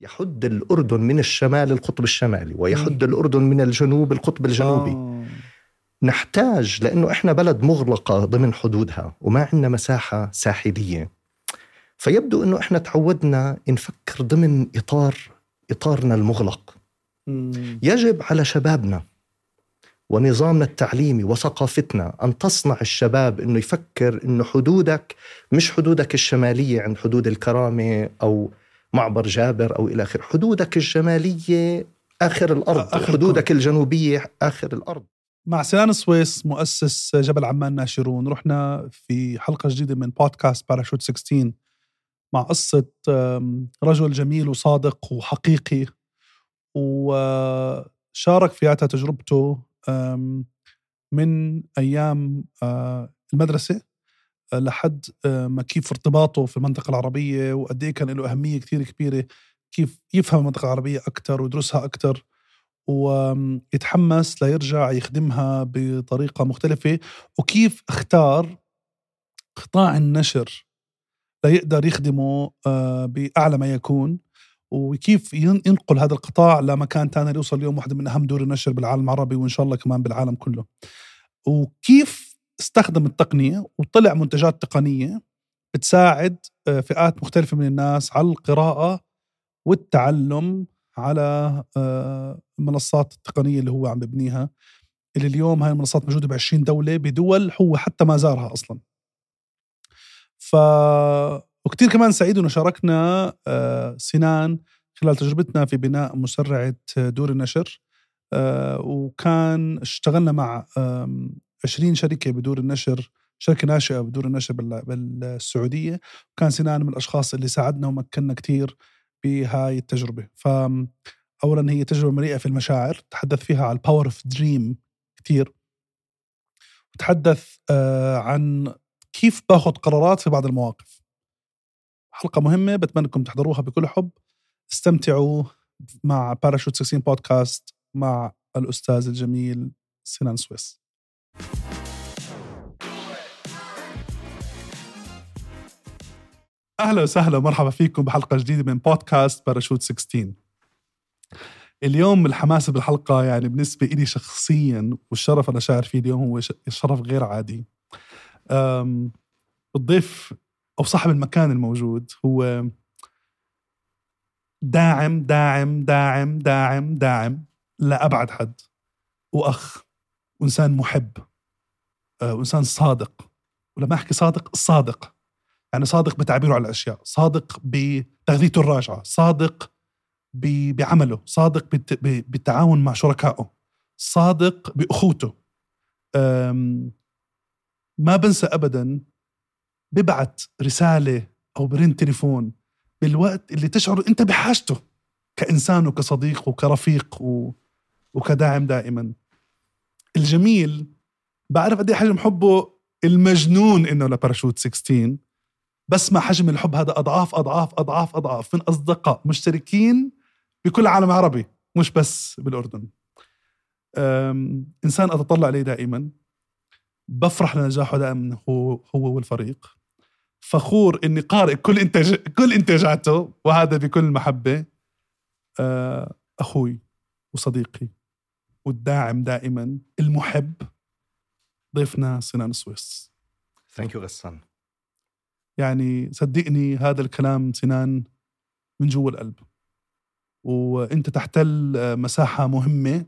يحد الأردن من الشمال القطب الشمالي، ويحد الأردن من الجنوب القطب الجنوبي. نحتاج، لأنه إحنا بلد مغلقة ضمن حدودها وما عندنا مساحة ساحلية، فيبدو أنه إحنا تعودنا نفكر ضمن إطارنا المغلق. يجب على شبابنا ونظامنا التعليمي وثقافتنا أن تصنع الشباب أنه يفكر أنه حدودك مش حدودك الشمالية عند حدود الكرامة أو معبر جابر أو إلى آخر، حدودك الشمالية آخر الأرض، حدودك الجنوبية آخر الأرض. مع سنان سويس مؤسس جبل عمان ناشرون رحنا في حلقة جديدة من بودكاست باراشوت 16 مع قصة رجل جميل وصادق وحقيقي، وشارك فيها تجربته من أيام المدرسة لحد ما كيف ارتباطه في المنطقة العربية، وقد إيه كان له أهمية كتير كبيرة كيف يفهم المنطقة العربية أكتر ويدرسها أكتر ويتحمس ليرجع يخدمها بطريقة مختلفة، وكيف اختار قطاع النشر ليقدر يخدمه بأعلى ما يكون، وكيف ينقل هذا القطاع لمكان تاني ليوصل اليوم واحدة من أهم دور النشر بالعالم العربي وإن شاء الله كمان بالعالم كله. وكيف استخدم التقنية وطلع منتجات تقنية بتساعد فئات مختلفة من الناس على القراءة والتعلم على المنصات التقنية اللي هو عم ببنيها، اللي اليوم هاي المنصات موجودة ب20 دولة بدول هو حتى ما زارها أصلا. وكتير كمان سعيد أنه شاركنا سنان خلال تجربتنا في بناء مسرعة دور النشر، وكان اشتغلنا مع 20 شركة بدور النشر، شركة ناشئة بدور النشر بالسعودية، وكان سنان من الأشخاص اللي ساعدنا ومكننا كتير بهاي التجربة. فأولا هي تجربة مليئة في المشاعر، تحدث فيها عن الباور اوف دريم كتير، وتحدث عن كيف باخد قرارات في بعض المواقف. حلقة مهمة بتمنى انكم تحضروها بكل حب. استمتعوا مع باراشوت 16 بودكاست مع الأستاذ الجميل سنان سويس. أهلا وسهلا ومرحبا فيكم بحلقة جديدة من بودكاست باراشوت 16. اليوم الحماس بالحلقة يعني بالنسبة إلي شخصيا، والشرف أنا شاعر فيه اليوم هو شرف غير عادي. الضيف أو صاحب المكان الموجود هو داعم داعم داعم داعم داعم لا أبعد حد، وأخ، وإنسان محب، وإنسان صادق. ولما أحكي صادق، الصادق يعني صادق بتعبيره على الأشياء، صادق بتغذيته الراجعة، صادق بعمله، صادق بالتعاون مع شركائه، صادق بأخوته. ما بنسى أبدا ببعت رسالة أو برن تليفون بالوقت اللي تشعر أنت بحاجته كإنسان وكصديق وكرفيق وكداعم دائما. الجميل بعرف قد ايه حجم حبه المجنون إنه لباراشوت 16، بس مع حجم الحب هذا أضعاف أضعاف أضعاف أضعاف من أصدقاء مشتركين بكل العالم العربي مش بس بالأردن. إنسان أتطلع عليه دائما، بفرح لنجاحه دائما هو والفريق، فخور إني قارئ كل إنتاجاته، وهذا بكل محبة. أخوي وصديقي والداعم دائما المحب، ضيفنا سنان سويس. Thank you غسان. يعني صدقني هذا الكلام سنان من جوا القلب، وانت تحتل مساحة مهمة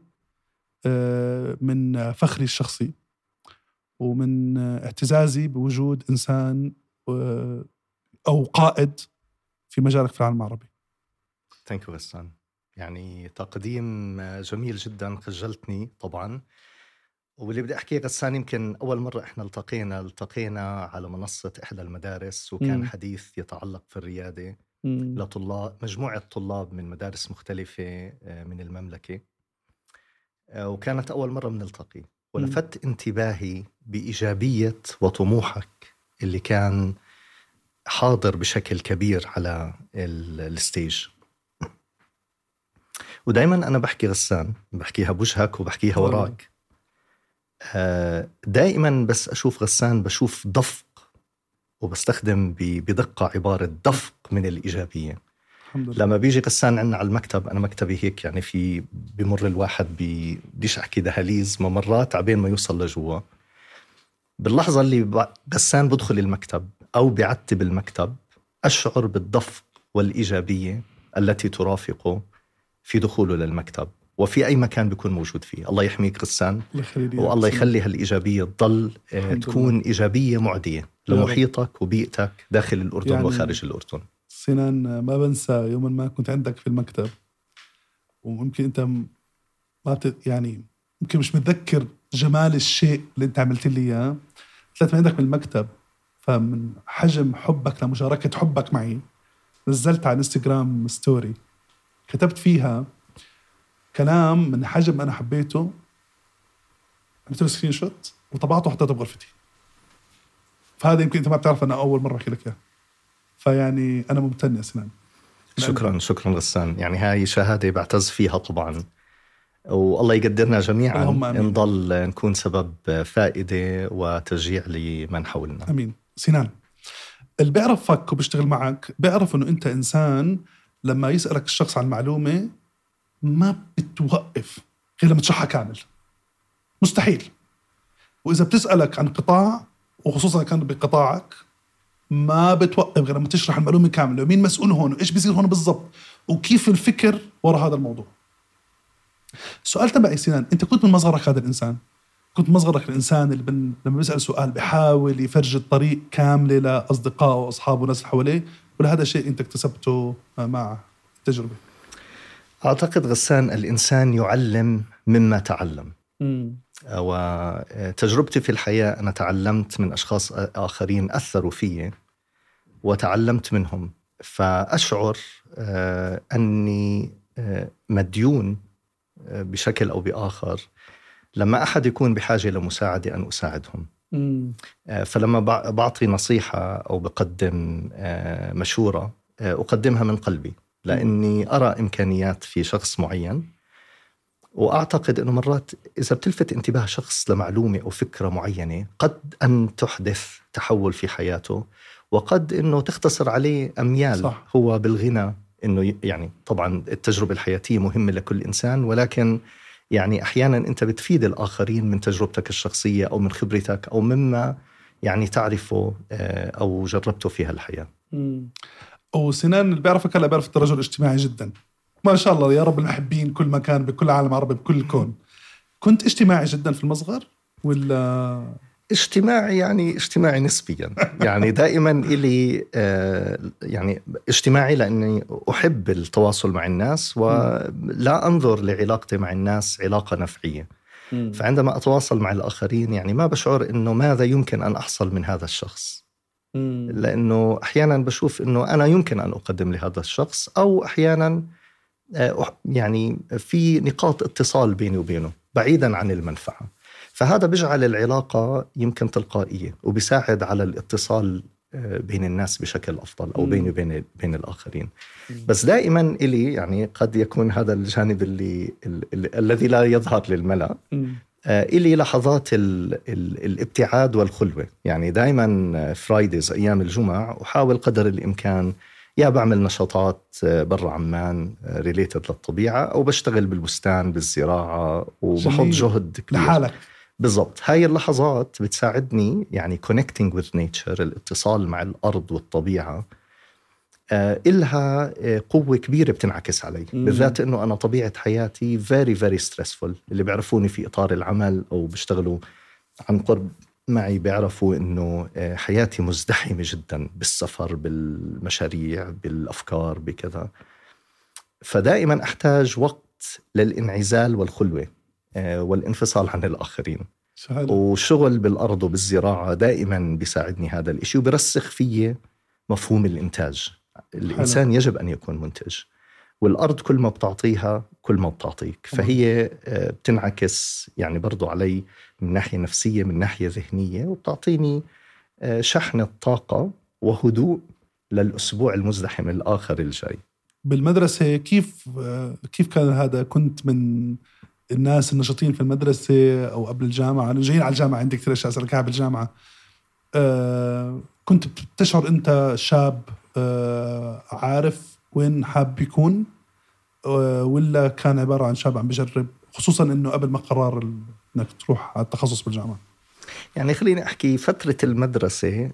من فخري الشخصي ومن اعتزازي بوجود إنسان أو قائد في مجالك في العالم العربي. Thank you غسان. يعني تقديم جميل جدا، خجلتني طبعا. واللي بدي أحكيه غسان، يمكن أول مرة إحنا التقينا على منصة إحدى المدارس، وكان حديث يتعلق في الريادة لطلاب، مجموعة طلاب من مدارس مختلفة من المملكة، وكانت أول مرة بنلتقي، ولفت انتباهي بإيجابية وطموحك اللي كان حاضر بشكل كبير على الستيج. ودايما أنا بحكي غسان، بحكيها بوجهك وبحكيها وراك، دائما بس أشوف غسان بشوف دفق، وبستخدم بدقة عبارة دفق من الإيجابية. الحمد لله. لما بيجي غسان عنا على المكتب، أنا مكتبي هيك يعني في بمر الواحد بديش أحكي دهاليز ممرات عبين ما يوصل لجوا. باللحظة اللي غسان بدخل المكتب أو بيعتب المكتب، أشعر بالدفء والإيجابية التي ترافقه في دخوله للمكتب وفي أي مكان بيكون موجود فيه. الله يحميك غسان، والله يخلي هالإيجابية تضل تكون إيجابية معدية لمحيطك وبيئتك داخل الأردن يعني وخارج الأردن. سنان، ما بنسى يوما ما كنت عندك في المكتب، وممكن أنت ما يعني ممكن مش متذكر جمال الشيء اللي أنت عملت لي إياه. طلعت من عندك من المكتب، فمن حجم حبك لمشاركة حبك معي نزلت على انستغرام ستوري كتبت فيها كلام من حجم أنا حبيته، عملت له سكرين شوت وطبعته وحطيته بغرفتي. فهذا يمكن أنت ما بتعرف، أنا أول مرة أحكي لك إياه. فيعني أنا ممتن يا سنان. شكرا غسان، يعني هاي شهادة بعتز فيها طبعا، والله يقدرنا جميعا نضل نكون سبب فائدة وتشجيع لمن حولنا. أمين. سنان، اللي بيعرفك وبيشتغل معك بيعرف أنه أنت إنسان لما يسألك الشخص عن معلومة ما بتوقف غير لما تشرحها كامل، مستحيل. وإذا بتسألك عن قطاع وخصوصا كان بقطاعك ما بتوقف غير لما تشرح المعلومة كاملة، ومين مسؤول هون وإيش بيصير هون بالضبط وكيف الفكر وراء هذا الموضوع. السؤال تبعي سنان، أنت كنت من مصغرك هذا الإنسان؟ كنت مصغرك الإنسان اللي لما بيسأل سؤال بيحاول يفرج الطريق كاملة لأصدقائه وأصحابه والناس اللي حواليه، ولا هذا شيء أنت اكتسبته مع التجربة؟ أعتقد غسان الإنسان يعلم مما تعلم. وتجربتي في الحياة أنا تعلمت من أشخاص آخرين أثروا فيي وتعلمت منهم، فأشعر أني مديون بشكل أو بآخر لما أحد يكون بحاجة لمساعدة أن أساعدهم. فلما بعطي نصيحة أو بقدم مشورة أقدمها من قلبي، لأني أرى إمكانيات في شخص معين، وأعتقد أنه مرات إذا بتلفت انتباه شخص لمعلومة أو فكرة معينة قد أن تحدث تحول في حياته، وقد أنه تختصر عليه أميال. صح. هو بالغنى أنه يعني طبعا التجربة الحياتية مهمة لكل إنسان، ولكن يعني أحيانا أنت بتفيد الآخرين من تجربتك الشخصية أو من خبرتك أو مما يعني تعرفه أو جربته في هالحياة. وسنان اللي بيعرفك هلا بيعرف الرجل اجتماعي جدا ما شاء الله، يا رب المحبين كل مكان بكل عالم عربي بكل الكون. كنت اجتماعي جدا في المصغر ولا؟ اجتماعي يعني اجتماعي نسبيا يعني دائما إلي يعني اجتماعي لأني أحب التواصل مع الناس ولا أنظر لعلاقتي مع الناس علاقة نفعية. فعندما أتواصل مع الآخرين يعني ما بشعر إنه ماذا يمكن أن أحصل من هذا الشخص، لأنه أحيانا بشوف إنه أنا يمكن أن أقدم لهذا الشخص، أو أحيانا يعني في نقاط اتصال بيني وبينه بعيدا عن المنفعة. فهذا بيجعل العلاقة يمكن تلقائية وبيساعد على الاتصال بين الناس بشكل أفضل أو بيني وبين الآخرين. بس دائما إلي يعني قد يكون هذا الجانب الذي لا يظهر للملأ، إلي لحظات الابتعاد والخلوة. يعني دائما فرايديز أيام الجمعة أحاول قدر الإمكان يا بعمل نشاطات برا عمان ريليتد للطبيعة، أو بشتغل بالبستان بالزراعة وبحط جهد كبير لحالك. بالضبط. هاي اللحظات بتساعدني يعني connecting with nature، الاتصال مع الأرض والطبيعة إلها قوة كبيرة بتنعكس علي، بالذات إنه أنا طبيعة حياتي very very stressful. اللي بيعرفوني في إطار العمل أو بيشتغلوا عن قرب معي بيعرفوا إنه حياتي مزدحمة جدا بالسفر بالمشاريع بالأفكار بكذا. فدائما أحتاج وقت للإنعزال والخلوة والانفصال عن الآخرين. سهل. وشغل بالأرض وبالزراعة دائما بيساعدني هذا الإشي وبرسخ فيه مفهوم الإنتاج. الإنسان يجب أن يكون منتج، والأرض كل ما بتعطيها كل ما بتعطيك. فهي بتنعكس يعني برضو علي من ناحية نفسية من ناحية ذهنية، وبتعطيني شحنة طاقة وهدوء للأسبوع المزدحم الآخر الجاي. بالمدرسة كيف كان هذا؟ كنت من الناس النشطين في المدرسة أو قبل الجامعة؟ أنا جايين على الجامعة عندي كثير أشياء أسألك بالجامعة. كنت بتشعر أنت شاب عارف وين حاب يكون، ولا كان عبارة عن شاب عم بجرب، خصوصا إنه قبل ما قرر إنك تروح على التخصص بالجامعة؟ يعني خليني أحكي فترة المدرسة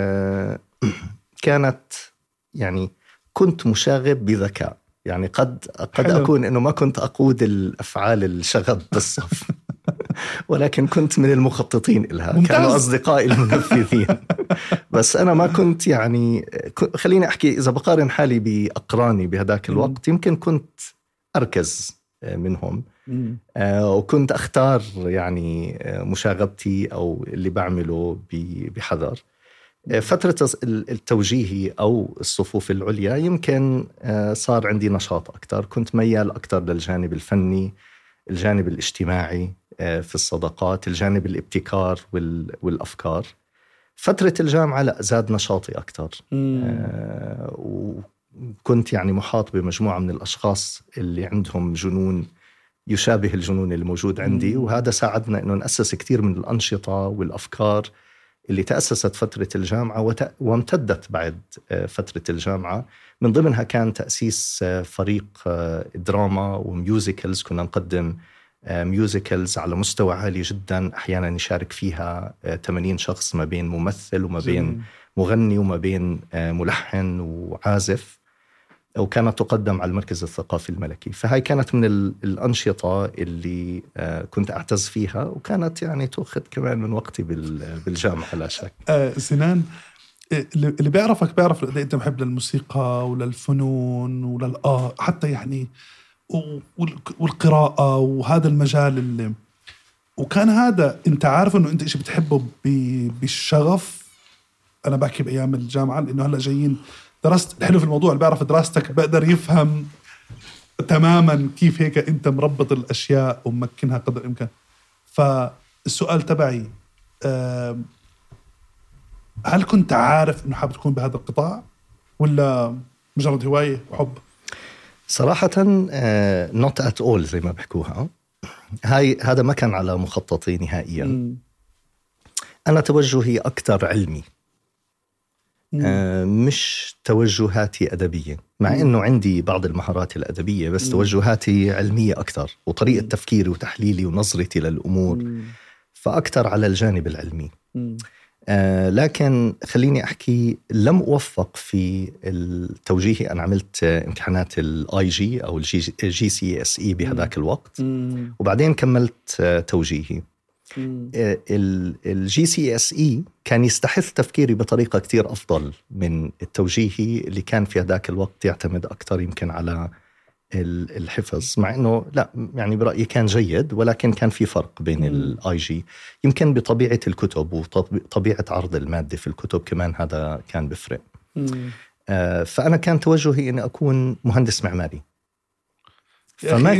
كانت يعني كنت مشاغب بذكاء، يعني قد أكون إنه ما كنت أقود الأفعال الشغب بالصف ولكن كنت من المخططين لها. ممتاز. كانوا أصدقائي المنفذين بس أنا ما كنت يعني خليني أحكي إذا بقارن حالي بأقراني بهداك الوقت يمكن كنت أركز منهم، وكنت أختار يعني مشاغبتي أو اللي بعمله بحذر. فترة التوجيهي أو الصفوف العليا يمكن صار عندي نشاط أكتر، كنت ميال أكتر للجانب الفني، الجانب الاجتماعي في الصداقات، الجانب الابتكار والأفكار. فترة الجامعة لا زاد نشاطي أكتر، وكنت يعني محاط بمجموعة من الأشخاص اللي عندهم جنون يشابه الجنون اللي موجود عندي، وهذا ساعدنا إنه نأسس كتير من الأنشطة والأفكار اللي تأسست فترة الجامعة وامتدت بعد فترة الجامعة. من ضمنها كان تأسيس فريق دراما وميوزيكلز، كنا نقدم ميوزيكلز على مستوى عالي جدا، أحيانا نشارك فيها 80 شخص، ما بين ممثل وما بين مغني وما بين ملحن وعازف، وكانت تقدم على المركز الثقافي الملكي. فهاي كانت من الأنشطة اللي كنت أعتز فيها، وكانت يعني تأخذ كمان من وقتي بالجامعة لا شك. سنان، اللي بيعرفك بيعرف قد ايه انت محب للموسيقى وللفنون حتى يعني والقراءة وهذا المجال اللي وكان هذا انت عارف انه انت ايش بتحبه بالشغف. انا بحكي بايام الجامعة لانه هلا جايين درست الحلو في الموضوع اللي بيعرف دراستك بقدر يفهم تماما كيف هيك انت مربط الاشياء وممكنها قدر الامكان. فالسؤال تبعي هل كنت عارف انه حابب تكون بهذا القطاع ولا مجرد هواية وحب؟ صراحة not at all زي ما بحكوها. هذا ما كان على مخططي نهائيا. أنا توجهي أكتر علمي، مش توجهاتي أدبية، مع أنه عندي بعض المهارات الأدبية، بس توجهاتي علمية أكتر، وطريقة تفكيري وتحليلي ونظرتي للأمور فأكتر على الجانب العلمي. لكن خليني أحكي لم أوفق في التوجيهي. أنا عملت امتحانات الIG أو GCSE بهذاك الوقت، وبعدين كملت توجيهي. GCSE كان يستحث تفكيري بطريقة كتير أفضل من التوجيهي اللي كان في هذاك الوقت يعتمد أكتر يمكن على الحفظ، مع أنه لا يعني برأيي كان جيد، ولكن كان في فرق بين الIG يمكن بطبيعة الكتب وطبيعة عرض المادة في الكتب كمان، هذا كان بفرق. فأنا كان توجهي أن أكون مهندس معماري، فما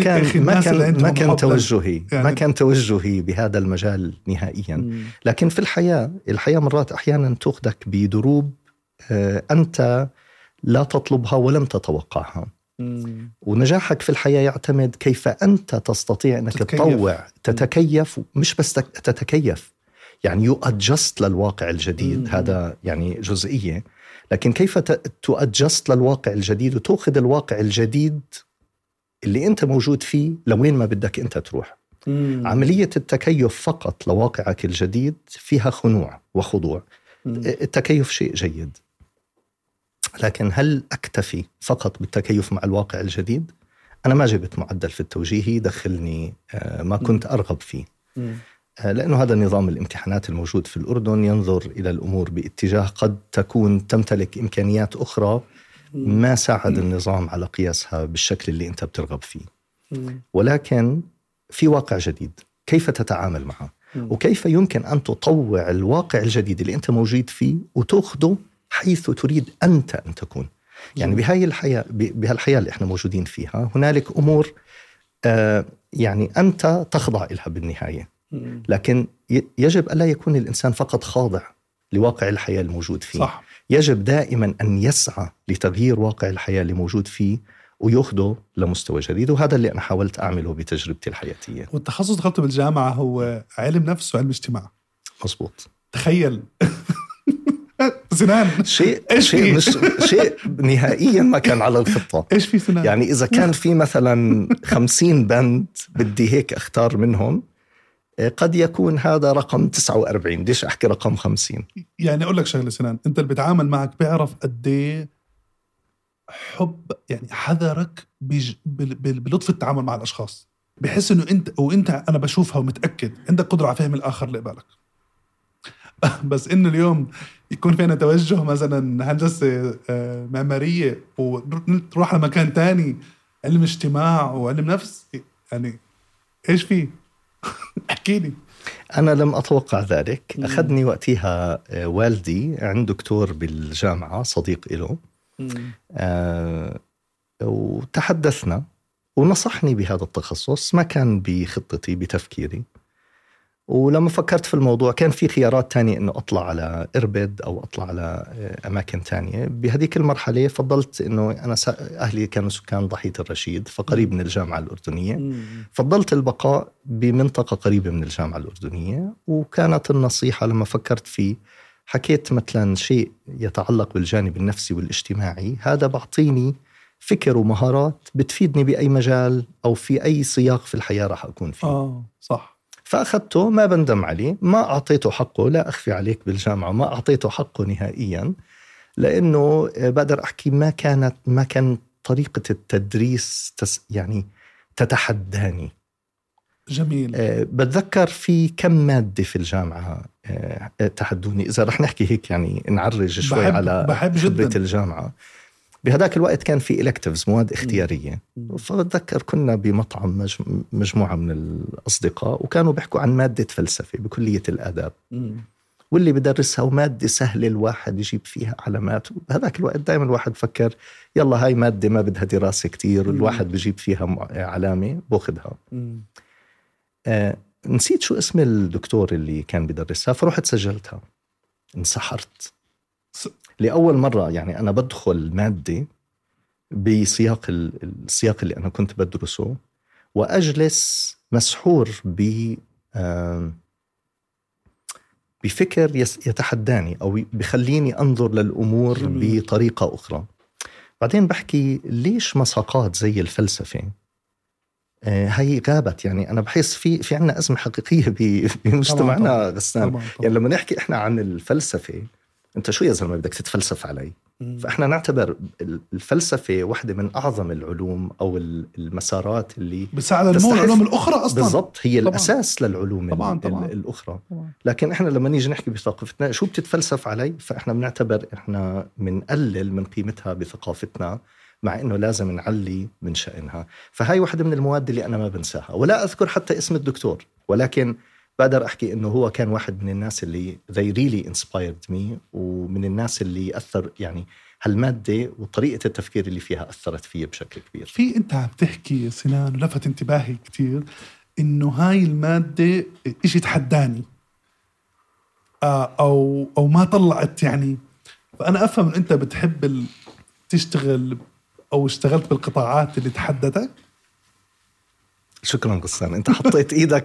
كان توجهي بهذا المجال نهائيا. لكن في الحياة مرات أحيانا تأخذك بدروب أنت لا تطلبها ولم تتوقعها، ونجاحك في الحياة يعتمد كيف أنت تستطيع أنك تتكيف، مش بس تتكيف يعني you adjust للواقع الجديد. هذا يعني جزئية، لكن كيف تadjust للواقع الجديد وتأخذ الواقع الجديد اللي أنت موجود فيه لوين ما بدك أنت تروح. عملية التكيف فقط لواقعك الجديد فيها خنوع وخضوع. التكيف شيء جيد، لكن هل أكتفي فقط بالتكيف مع الواقع الجديد؟ أنا ما جبت معدل في التوجيهي دخلني ما كنت أرغب فيه، لأنه هذا نظام الامتحانات الموجود في الأردن ينظر إلى الأمور باتجاه قد تكون تمتلك إمكانيات أخرى ما ساعد النظام على قياسها بالشكل اللي أنت بترغب فيه. ولكن في واقع جديد، كيف تتعامل معه وكيف يمكن أن تطوع الواقع الجديد اللي أنت موجود فيه وتأخذه حيث تريد أنت أن تكون. يعني بهالحياة اللي احنا موجودين فيها هنالك أمور يعني أنت تخضع إلها بالنهاية، لكن يجب ألا يكون الإنسان فقط خاضع لواقع الحياة الموجود فيه. صح. يجب دائما أن يسعى لتغيير واقع الحياة اللي موجود فيه ويأخذه لمستوى جديد، وهذا اللي أنا حاولت أعمله بتجربتي الحياتية. والتخصص دخلته بالجامعة هو علم نفس وعلم اجتماع. مظبوط. تخيل سنان شيء نهائيا ما كان على الخطة. إيش في سنان؟ يعني إذا كان في مثلا 50 بند بدي هيك أختار منهم، قد يكون هذا رقم 49، ليش أحكي رقم 50؟ يعني أقول لك شغلة سنان، أنت اللي بتعامل معك بيعرف قديه حب، يعني حذرك بلطف التعامل مع الأشخاص، بحس إنه أنت أنا بشوفها ومتأكد عندك قدرة على فهم الآخر اللي قبالك. بس إنه اليوم يكون فينا توجه مثلا هندسة معمارية ونروح لمكان تاني علم اجتماع وعلم نفس، يعني إيش فيه؟ احكي لي. أنا لم أتوقع ذلك. أخذني وقتها والدي عند دكتور بالجامعة صديق إله، وتحدثنا ونصحني بهذا التخصص، ما كان بخطتي بتفكيري. ولما فكرت في الموضوع كان في خيارات تانية إنه أطلع على إربد أو أطلع على أماكن تانية. بهذيك المرحلة فضلت إنه أنا أهلي كانوا سكان ضحية الرشيد فقريب من الجامعة الأردنية، فضلت البقاء بمنطقة قريبة من الجامعة الأردنية. وكانت النصيحة لما فكرت فيه، حكيت مثلا شيء يتعلق بالجانب النفسي والاجتماعي، هذا بعطيني فكر ومهارات بتفيدني بأي مجال أو في أي سياق في الحياة راح أكون فيه. صح. فأخذته، ما بندم عليه، ما أعطيته حقه، لا أخفي عليك بالجامعة ما أعطيته حقه نهائيا، لأنه بقدر أحكي ما كان طريقة التدريس يعني تتحداني. جميل. بتذكر في كم مادة في الجامعة تحدوني، إذا رح نحكي هيك يعني نعرج شوي على خبرة الجامعة. بهذاك الوقت كان في إلكتيفز، مواد اختيارية. فبتذكر كنا بمطعم مجموعة من الأصدقاء وكانوا بيحكوا عن مادة فلسفة بكلية الآداب، واللي بدرسها ومادة سهلة الواحد يجيب فيها علامات. بهذاك الوقت دائما الواحد فكر يلا هاي مادة ما بدها دراسة كتير والواحد بيجيب فيها علامة بأخذها. نسيت شو اسم الدكتور اللي كان بدرسها، فرحت سجلتها، انسحرت لأول مرة. يعني أنا بدخل مادة بسياق السياق اللي أنا كنت بدرسه، وأجلس مسحور بفكر يتحداني أو بخليني أنظر للأمور بطريقة أخرى. بعدين بحكي ليش مساقات زي الفلسفة هاي غابت. يعني أنا بحس في عنا أزمة حقيقية بمجتمعنا غسان. يعني لما نحكي إحنا عن الفلسفة، أنت شو يا زلمة بدك تتفلسف علي؟ فإحنا نعتبر الفلسفة واحدة من أعظم العلوم أو المسارات اللي بتساعد نمو العلوم الأخرى أصلاً. بالضبط، هي طبعاً الأساس للعلوم الأخرى. طبعاً. لكن إحنا لما نيجي نحكي بثقافتنا شو بتتفلسف علي، فإحنا بنعتبر إحنا منقلل من قيمتها بثقافتنا، مع إنه لازم نعلي من شأنها. فهاي واحدة من المواد اللي أنا ما بنساها، ولا أذكر حتى اسم الدكتور، ولكن بقدر أحكي إنه هو كان واحد من الناس اللي they really inspired me، ومن الناس اللي أثر، يعني هالمادة وطريقة التفكير اللي فيها أثرت فيه بشكل كبير. في أنت عم تحكي سنان لفت انتباهي كتير إنه هاي المادة إشي تحداني أو ما طلعت، يعني فأنا أفهم إن أنت بتحب تشتغل أو اشتغلت بالقطاعات اللي تحدتك. شكرا غسان، أنت حطيت إيدك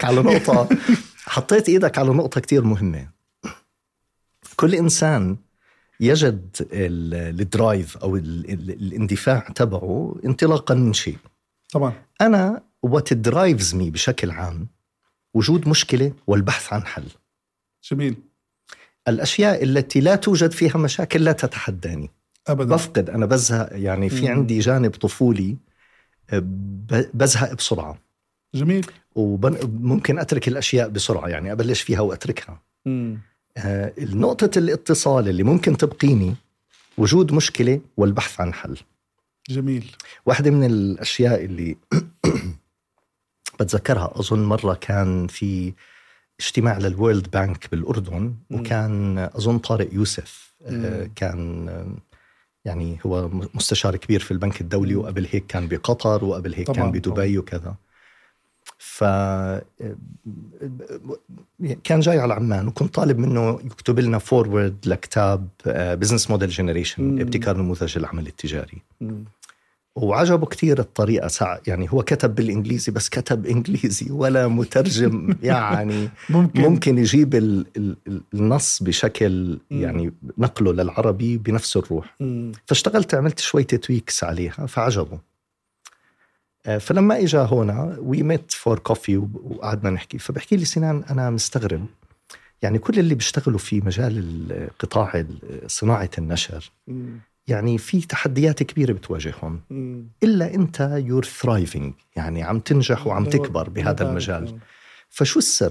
على نقطة كتير مهمة. كل إنسان يجد الدرايف أو الاندفاع تبعه انطلاقا من شيء. طبعا أنا what drives me بشكل عام وجود مشكلة والبحث عن حل. جميل. الأشياء التي لا توجد فيها مشاكل لا تتحداني أبدا. بفقد، أنا بزهق. يعني في عندي جانب طفولي بزهق بسرعة. جميل. وممكن أترك الأشياء بسرعة، يعني أبلش فيها وأتركها. النقطة الاتصال اللي ممكن تبقيني وجود مشكلة والبحث عن حل. جميل. واحدة من الأشياء اللي بتذكرها، أظن مرة كان في اجتماع للورلد بانك بالأردن، وكان أظن طارق يوسف كان يعني هو مستشار كبير في البنك الدولي، وقبل هيك كان بقطر، وقبل هيك كان بدبي وكذا. كان جاي على عمان، وكنت طالب منه يكتب لنا فورورد لكتاب بزنس موديل جنريشن، ابتكار نموذج العمل التجاري. وعجبه كتير الطريقة. يعني هو كتب بالإنجليزي، بس كتب إنجليزي ولا مترجم يعني ممكن يجيب النص بشكل يعني نقله للعربي بنفس الروح. فاشتغلت عملت شوية تويكس عليها فعجبه. فلما إجا هنا we met for coffee وقعدنا نحكي، فبحكي لي سنان أنا مستغرب يعني كل اللي بيشتغلوا في مجال قطاع صناعة النشر يعني في تحديات كبيرة بتواجههم، إلا أنت you're thriving، يعني عم تنجح وعم تكبر بهذا المجال. فشو السر؟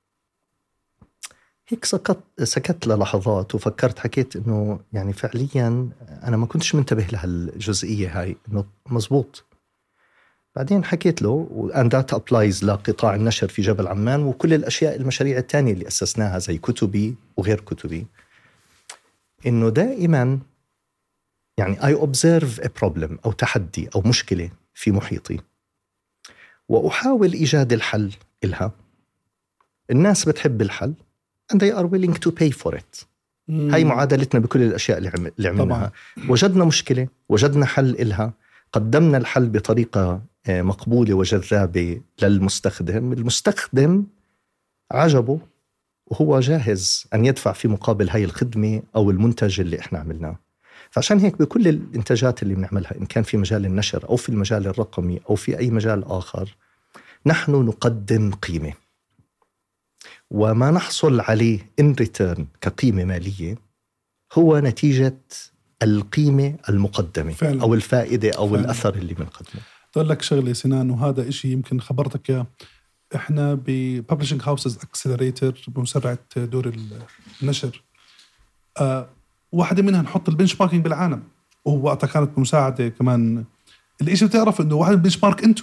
هيك سكت للحظات وفكرت، حكيت إنه يعني فعليا أنا ما كنتش منتبه لهالجزئية هاي إنه مزبوط. بعدين حكيت له and that applies لقطاع النشر في جبل عمان وكل الأشياء المشاريع التانية اللي أسسناها زي كتبي وغير كتبي، إنه دائما يعني I observe a problem أو تحدي أو مشكلة في محيطي وأحاول إيجاد الحل إلها. الناس بتحب الحل and they are willing to pay for it. هاي معادلتنا بكل الأشياء اللي عملناها. وجدنا مشكلة، وجدنا حل إلها، قدمنا الحل بطريقة مقبولة وجذابة للمستخدم. المستخدم عجبه وهو جاهز أن يدفع في مقابل هاي الخدمة أو المنتج اللي إحنا عملناه. فعشان هيك بكل الإنتاجات اللي بنعملها إن كان في مجال النشر أو في المجال الرقمي أو في أي مجال آخر، نحن نقدم قيمة، وما نحصل عليه in return كقيمة مالية هو نتيجة القيمة المقدمة فعلا. أو الفائدة أو فعلا. الأثر اللي بنقدمه. أقول لك شغلة سنان، وهذا إشي يمكن خبرتك يا إحنا بببلشنج هاوسز أكسلريتر بمسرعة دور النشر، واحدة منها نحط البنش ماركينج بالعالم، ووقتها كانت بمساعدة كمان. الإشي بتعرف إنه واحد البنش مارك أنتو،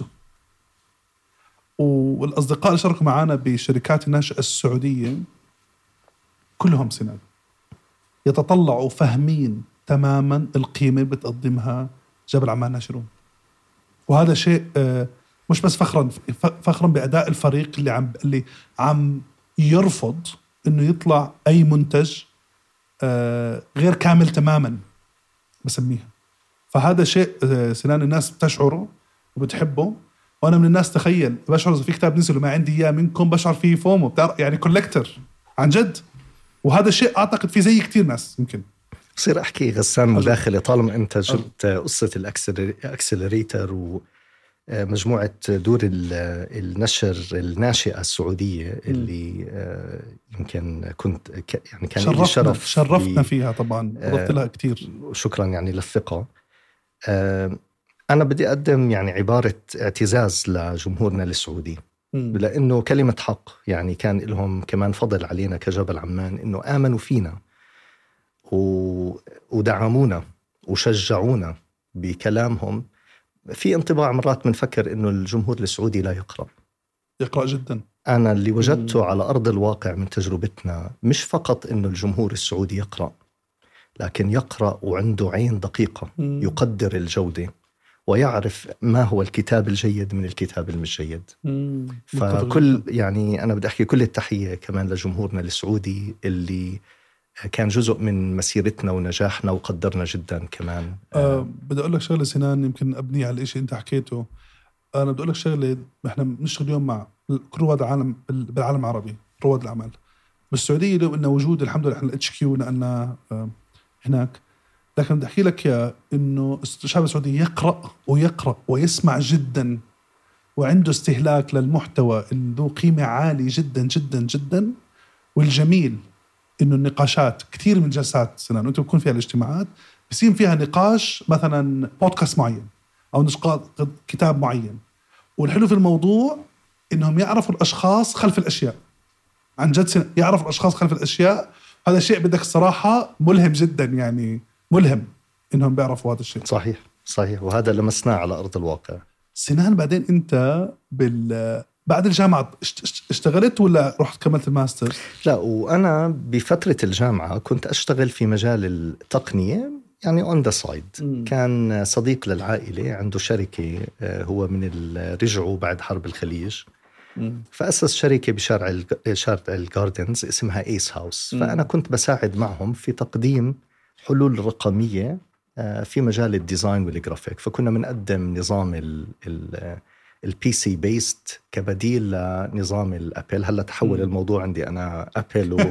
والأصدقاء اللي شاركوا معنا بشركات النشأة السعودية كلهم سنان يتطلعوا فاهمين تماما القيمة اللي بتقدمها جبل عمان ناشرون. وهذا شيء مش بس فخرا بأداء الفريق اللي عم يرفض إنه يطلع أي منتج غير كامل تماما بسميها. فهذا شيء سنان الناس بتشعره وبتحبه، وأنا من الناس تخيل بشعر إذا في كتاب نزل وما عندي إياه منكم بشعر فيه فومو يعني كولكتر عن جد. وهذا شيء أعتقد في زي كتير ناس يمكن. بصير أحكي غسان مداخلة طالما أنت جبت قصة الأكسلريتر ومجموعة دور النشر الناشئة السعودية اللي يمكن كنت يعني كان لي شرف شرفتنا فيها طبعا، ضفت لها كتير. شكرا يعني للثقة. أنا بدي أقدم يعني عبارة اعتزاز لجمهورنا السعودي، لأنه كلمة حق يعني كان لهم كمان فضل علينا كجبل عمان إنه آمنوا فينا ودعمونا وشجعونا بكلامهم. في انطباع مرات منفكر إنه الجمهور السعودي لا يقرأ جدا. أنا اللي وجدته على أرض الواقع من تجربتنا مش فقط إنه الجمهور السعودي يقرأ، لكن يقرأ وعنده عين دقيقة، يقدر الجودة ويعرف ما هو الكتاب الجيد من الكتاب المش جيد. فكل يعني أنا بدي أحكي كل التحية كمان لجمهورنا السعودي اللي كان جزء من مسيرتنا ونجاحنا وقدرنا جدا كمان. بدي أقول لك شغلة سنان يمكن أبني على الإشي أنت حكيته. أنا بدي أقول لك شغلة، إحنا بنشتغل اليوم مع كل رواد العالم بالعالم العربي، رواد الأعمال بالسعودية لو إنه وجود الحمد لله إحنا الHQ لأننا هناك. لكن بدي أحكي لك يا إنه الشعب السعودي يقرأ ويسمع جدا، وعنده استهلاك للمحتوى ذو قيمة عالية جدا جدا جدا. والجميل إنه النقاشات كثير من جلسات سنان وأنتم بكون فيها الاجتماعات بيصير فيها نقاش مثلا بودكاست معين أو نقاش كتاب معين، والحلو في الموضوع إنهم يعرفوا الأشخاص خلف الأشياء. عن جد يعرفوا الأشخاص خلف الأشياء. هذا شيء بدك الصراحة ملهم جدا، يعني ملهم إنهم بيعرفوا هذا الشيء. صحيح وهذا لمسناه على أرض الواقع. سنان بعدين أنت بعد الجامعة اشتغلت ولا رحت كملت الماستر؟ لا، وأنا بفترة الجامعة كنت أشتغل في مجال التقنية يعني on the side. كان صديق للعائلة عنده شركة، هو من رجعوا بعد حرب الخليج، فأسس شركة بشارع الجاردنز اسمها إيس هاوس. فأنا كنت بساعد معهم في تقديم حلول رقمية في مجال الديزاين والجرافيك، فكنا بنقدم نظام البي سي بيست كبديل لنظام الابل. هلا تحول الموضوع عندي انا ابل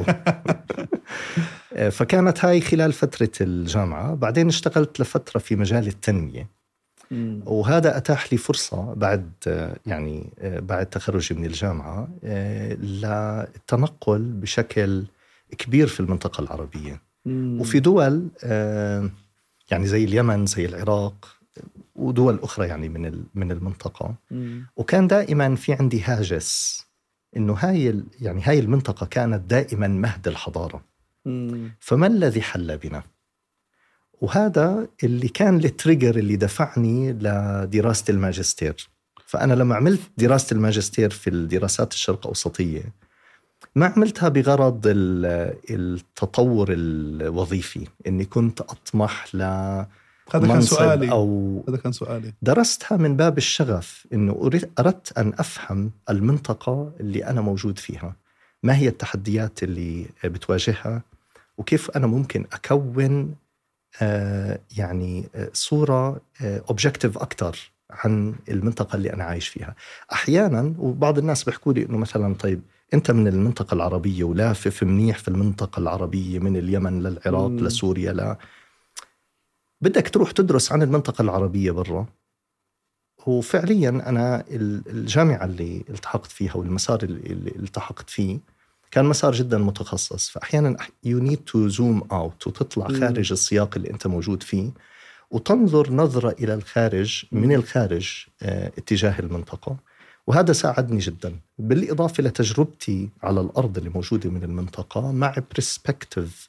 فكانت هاي خلال فترة الجامعة. بعدين اشتغلت لفترة في مجال التنمية، وهذا أتاح لي فرصة بعد تخرجي من الجامعة للتنقل بشكل كبير في المنطقة العربية وفي دول يعني زي اليمن، زي العراق، ودول أخرى يعني من المنطقة. وكان دائما في عندي هاجس إنه هاي المنطقة كانت دائما مهد الحضارة، فما الذي حل بنا؟ وهذا اللي كان التريجر اللي دفعني لدراسة الماجستير. فأنا لما عملت دراسة الماجستير في الدراسات الشرق أوسطية ما عملتها بغرض التطور الوظيفي، إني كنت أطمح لمنصب هذا كان سؤالي. درستها من باب الشغف، إنه أردت أن أفهم المنطقة اللي أنا موجود فيها، ما هي التحديات اللي بتواجهها، وكيف أنا ممكن أكون صورة أوبجكتيف أكتر عن المنطقة اللي أنا عايش فيها. أحيانا وبعض الناس بيحكوا لي إنه مثلا طيب أنت من المنطقة العربية ولافف منيح في المنطقة العربية من اليمن للعراق لسوريا، بدك تروح تدرس عن المنطقة العربية برا. وفعليا أنا الجامعة اللي التحقت فيها والمسار اللي التحقت فيه كان مسار جدا متخصص. فأحيانا you need to zoom out وتطلع خارج السياق اللي أنت موجود فيه وتنظر نظرة إلى الخارج من الخارج اتجاه المنطقة. وهذا ساعدني جدا، بالإضافة لتجربتي على الأرض اللي موجودة من المنطقة مع برسبكتيف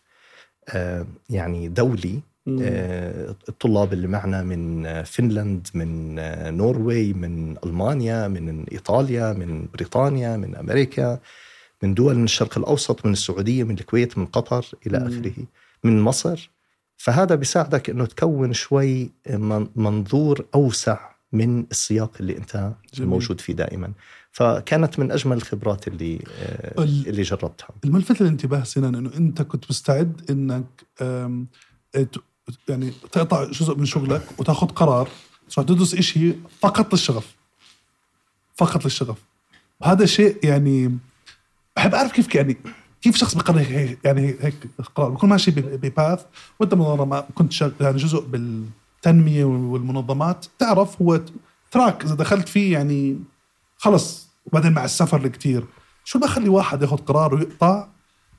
دولي. الطلاب اللي معنا من فنلند، من نوروي، من ألمانيا، من إيطاليا، من بريطانيا، من أمريكا، من دول من الشرق الأوسط، من السعودية، من الكويت، من قطر إلى آخره، من مصر. فهذا بيساعدك أنه تكون شوي منظور أوسع من السياق اللي أنت موجود فيه دائما. فكانت من أجمل الخبرات اللي جربتها. الملفت للانتباه سنان أنه أنت كنت مستعد أنك تقطع جزء من شغلك وتأخذ قرار تدرس إشي فقط للشغف. هذا شيء بحب أعرف كيف شخص بقرر هيك قرار. بكون ماشي بباث وانت منظمة كنت جزء بالتنمية والمنظمات، تعرف هو تراك إذا دخلت فيه خلص. وبعدين مع السفر الكتير شو بخلي واحد ياخد قرار ويقطع،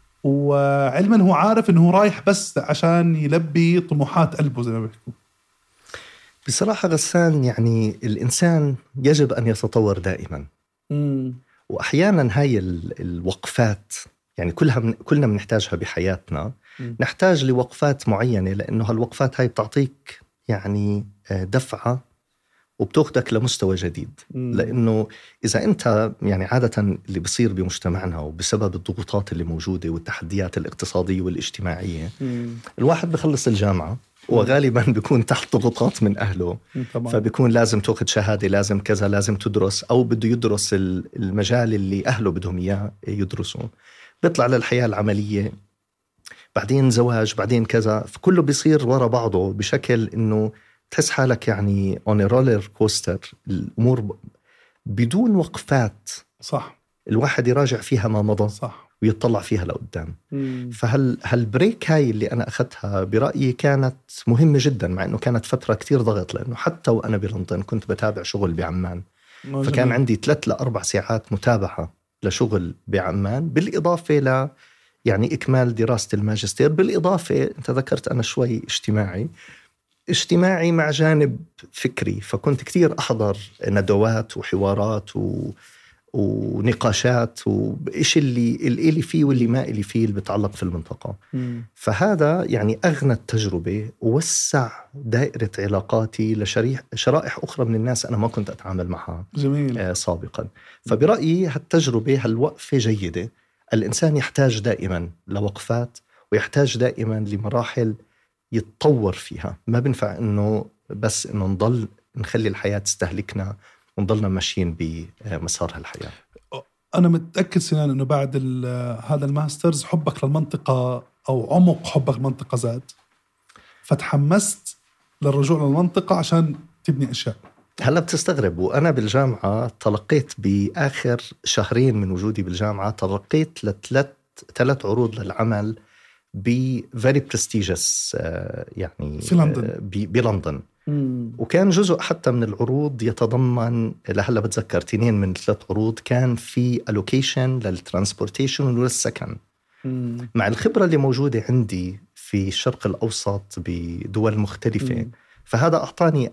وعلما هو عارف انه رايح بس عشان يلبي طموحات قلبه زي ما بيحكوا. بصراحة غسان، الإنسان يجب أن يتطور دائما. وأحيانا هاي الوقفات كلنا بنحتاجها بحياتنا. نحتاج لوقفات معينة، لأنه هالوقفات هاي بتعطيك دفعة وبتاخدك لمستوى جديد. لأنه إذا أنت عادة اللي بيصير بمجتمعنا وبسبب الضغوطات اللي موجودة والتحديات الاقتصادية والاجتماعية، الواحد بخلص الجامعة وغالبا بيكون تحت ضغوطات من أهله، فبيكون لازم تأخذ شهادة، لازم كذا، لازم تدرس، أو بده يدرس المجال اللي أهله بدهم إياه يدرسوا. بيطلع للحياة العملية، بعدين زواج، بعدين كذا، فكله بيصير ورا بعضه بشكل إنه تحس حالك on a roller coaster. الأمور بدون وقفات صح الواحد يراجع فيها ما مضى، صح، ويطلع فيها لقدام. فهالبريك هاي اللي أنا أخذتها برأيي كانت مهمة جدا، مع أنه كانت فترة كتير ضغط، لأنه حتى وأنا بلندن كنت بتابع شغل بعمان. فكان عندي 3 ل4 ساعات متابعة لشغل بعمان، بالإضافة ل إكمال دراسة الماجستير. بالإضافة أنت ذكرت أنا شوي اجتماعي مع جانب فكري، فكنت كتير أحضر ندوات وحوارات ونقاشات وإيش اللي فيه واللي ما اللي فيه اللي بتعلق في المنطقة. فهذا أغنى التجربة ووسع دائرة علاقاتي لشرائح أخرى من الناس أنا ما كنت أتعامل معها سابقا. فبرأيي هالتجربة هالوقفة جيدة. الإنسان يحتاج دائما لوقفات، ويحتاج دائما لمراحل يتطور فيها. ما بنفع إنه بس إنه نضل نخلي الحياة تستهلكنا ونضلنا ماشيين بمسار هالحياة. أنا متأكد سنان إنه بعد هذا الماسترز حبك للمنطقة أو عمق حبك للمنطقة زاد، فتحمست للرجوع للمنطقة عشان تبني أشياء. هلا بتستغرب، وأنا بالجامعة تلقيت بآخر شهرين من وجودي بالجامعة تلقيت ثلاث عروض للعمل ب very prestigious يعني في لندن. بلندن. وكان جزء حتى من العروض يتضمن، لهلا بتذكر 2 من 3 عروض كان في allocation للترانسبورتيشن وللسكن. مع الخبرة اللي موجودة عندي في الشرق الأوسط بدول مختلفة، فهذا أعطاني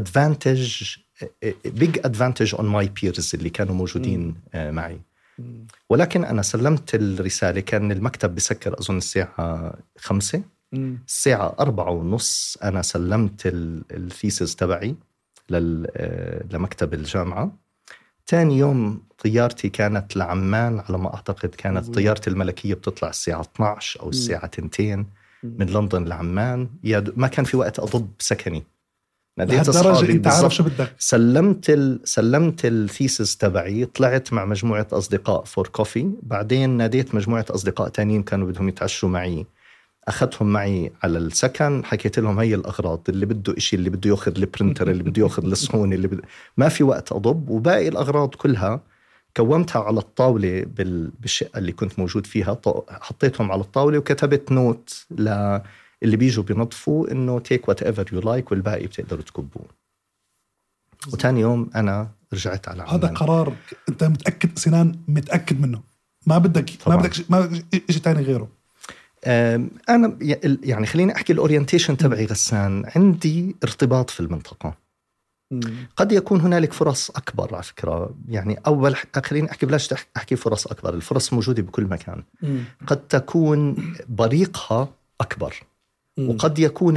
big advantage on my peers اللي كانوا موجودين معي. ولكن أنا سلمت الرسالة، كان المكتب بسكر أظن الساعة 5، الساعة 4:30 أنا سلمت الثيسز تبعي لمكتب الجامعة. تاني يوم طيارتي كانت لعمان على ما أعتقد، كانت طيارتي الملكية بتطلع الساعة 12 أو الساعة 2 من لندن لعمان. ما كان في وقت أضب سكني. ناديت أصحابي أنت عارف شو بدك. سلمت الثيسز تبعي، طلعت مع مجموعة أصدقاء فور كوفي، بعدين ناديت مجموعة أصدقاء تانيين كانوا بدهم يتعشوا معي، أخذتهم معي على السكن، حكيت لهم هي الأغراض، اللي بده إشي، اللي بده يأخذ البرينتر، اللي بده يأخذ الصحون، ما في وقت أضب. وباقي الأغراض كلها كومتها على الطاولة بالشقة اللي كنت موجود فيها، حطيتهم على الطاولة وكتبت نوت اللي بيجوا بينظفوا إنه take whatever you like والباقي بتقدروا تكبوه. وتاني يوم أنا رجعت على عمان. هذا قرار أنت متأكد سنان، متأكد منه، ما بدك إشي تاني غيره. أنا يعني خليني أحكي الأورينتيشن تبعي غسان، عندي ارتباط في المنطقة. قد يكون هنالك فرص أكبر على فكرة، يعني خليني أحكي، بلاش أحكي فرص أكبر، الفرص موجودة بكل مكان. قد تكون بريقها أكبر، وقد يكون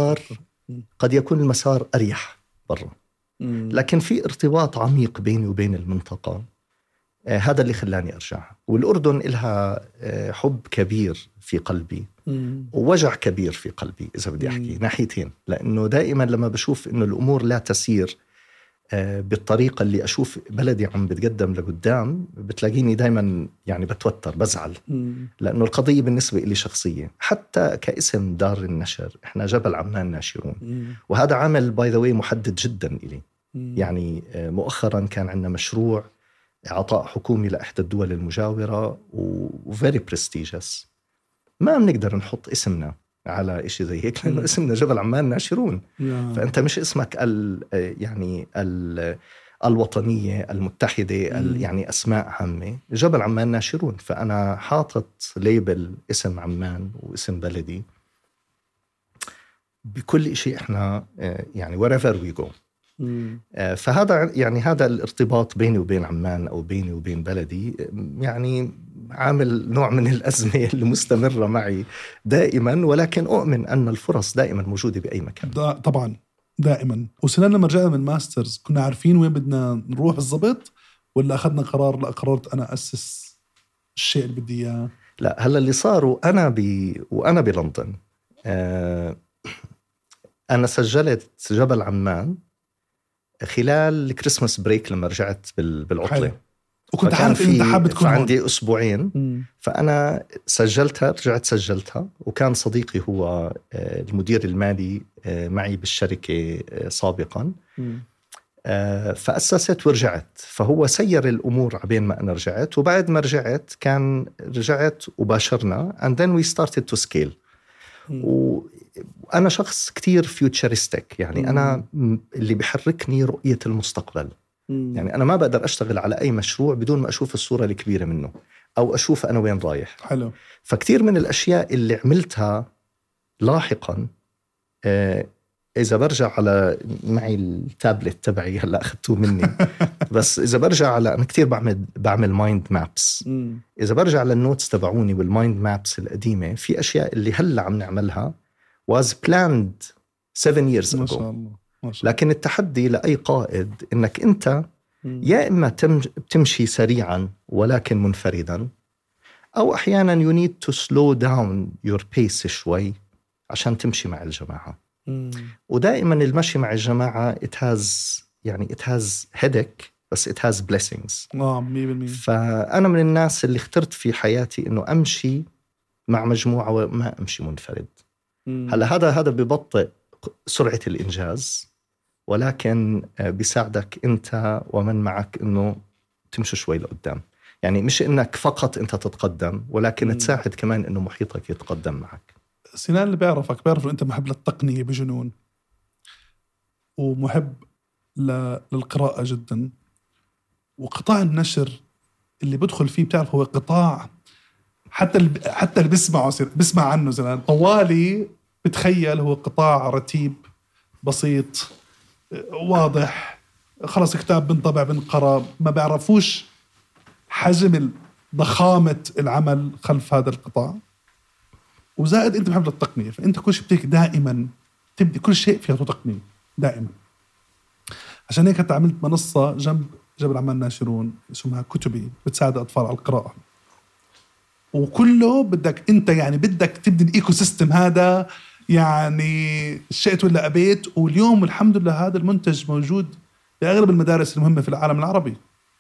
المسار أريح برا. لكن في ارتباط عميق بيني وبين المنطقة، هذا اللي خلاني أرجع. والأردن إلها حب كبير في قلبي ووجع كبير في قلبي، إذا بدي أحكي ناحيتين، لأنه دائما لما بشوف إنه الأمور لا تسير بالطريقة اللي أشوف بلدي عم بتقدم لقدام، بتلاقيني دائما يعني بتوتر، بزعل، لأنه القضية بالنسبة لي شخصية. حتى كاسم دار النشر إحنا جبل عمان ناشرون، وهذا عامل باي ذا واي محدد جدا إلي. يعني مؤخرا كان عندنا مشروع عطاء حكومي لإحدى الدول المجاورة وفيري بريستيجيس، ما بنقدر نحط اسمنا على إشي زي هيك لأنه اسمنا جبل عمان ناشرون. فأنت مش اسمك يعني الوطنية المتحدة يعني أسماء عامة، جبل عمان ناشرون. فأنا حاطط ليبل اسم عمان واسم بلدي بكل إشي إحنا يعني wherever we go. فهذا يعني هذا الارتباط بيني وبين عمان أو بيني وبين بلدي يعني عامل نوع من الأزمة اللي مستمرة معي دائما، ولكن أؤمن أن الفرص دائما موجودة بأي مكان. طبعا دائما. وسنان لما رجعنا من ماسترز كنا عارفين وين بدنا نروح بالضبط، ولا أخذنا قرار؟ لا، قررت أنا أسس الشيء اللي بدي إياه. لا، هلا اللي صاروا وأنا بلندن أنا سجلت جبل عمان خلال الكريسماس بريك لما رجعت بالعطلة. وكنت عارف إن أنت حابب تكون عندي أسبوعين. فأنا سجلتها، رجعت سجلتها، وكان صديقي هو المدير المالي معي بالشركة سابقا، فأسست ورجعت. فهو سير الأمور عبين ما أنا رجعت، وبعد ما رجعت رجعت وباشرنا and then we started to scale. وأنا شخص كتير فيوتشرستيك، يعني أنا اللي بيحركني رؤية المستقبل. يعني أنا ما بقدر أشتغل على أي مشروع بدون ما أشوف الصورة الكبيرة منه أو أشوف أنا وين رايح. حلو. فكتير من الأشياء اللي عملتها لاحقا، إذا برجع على معي التابلت تبعي هلأ أخذتوه مني بس إذا برجع على، أنا كتير بعمل مايند مابس. إذا برجع للنوتس تبعوني والمايند مابس القديمة، في أشياء اللي هلأ عم نعملها was planned 7 years ago. ما شاء الله. لكن التحدي لأي قائد إنك أنت يا إما بتمشي سريعا ولكن منفردا، أو أحيانا you need to slow down your pace شوي عشان تمشي مع الجماعة. ودائما المشي مع الجماعة it has headache بس it has blessings. 100%. فأنا من الناس اللي اخترت في حياتي إنه أمشي مع مجموعة وما أمشي منفرد. هلا هذا ببطئ سرعة الإنجاز، ولكن بيساعدك أنت ومن معك أنه تمشي شوي لقدام. يعني مش إنك فقط أنت تتقدم، ولكن تساعد كمان إنه محيطك يتقدم معك. سنان اللي بيعرفك بيعرف إنه أنت محب للتقنية بجنون، ومحب للقراءة جدا. وقطاع النشر اللي بدخل فيه بتعرف هو قطاع حتى اللي بسمع عنه زمان طوالي بتخيل هو قطاع رتيب بسيط واضح، خلص كتاب بنطبع بنقرأ، ما بيعرفوش حجم ضخامة العمل خلف هذا القطاع. وزائد أنت محب للتقنية، فأنت كل شيء بتيك دائما تبدي كل شيء فيها تقنية دائما. عشان هيك أنت عملت منصة جنب جبل عمان الناشرون اسمها كتبي، بتساعد الأطفال على القراءة. وكله بدك أنت يعني بدك تبدي الإيكو سيستم هذا، يعني شئت ولا أبيت. واليوم الحمد لله هذا المنتج موجود بأغلب المدارس المهمة في العالم العربي.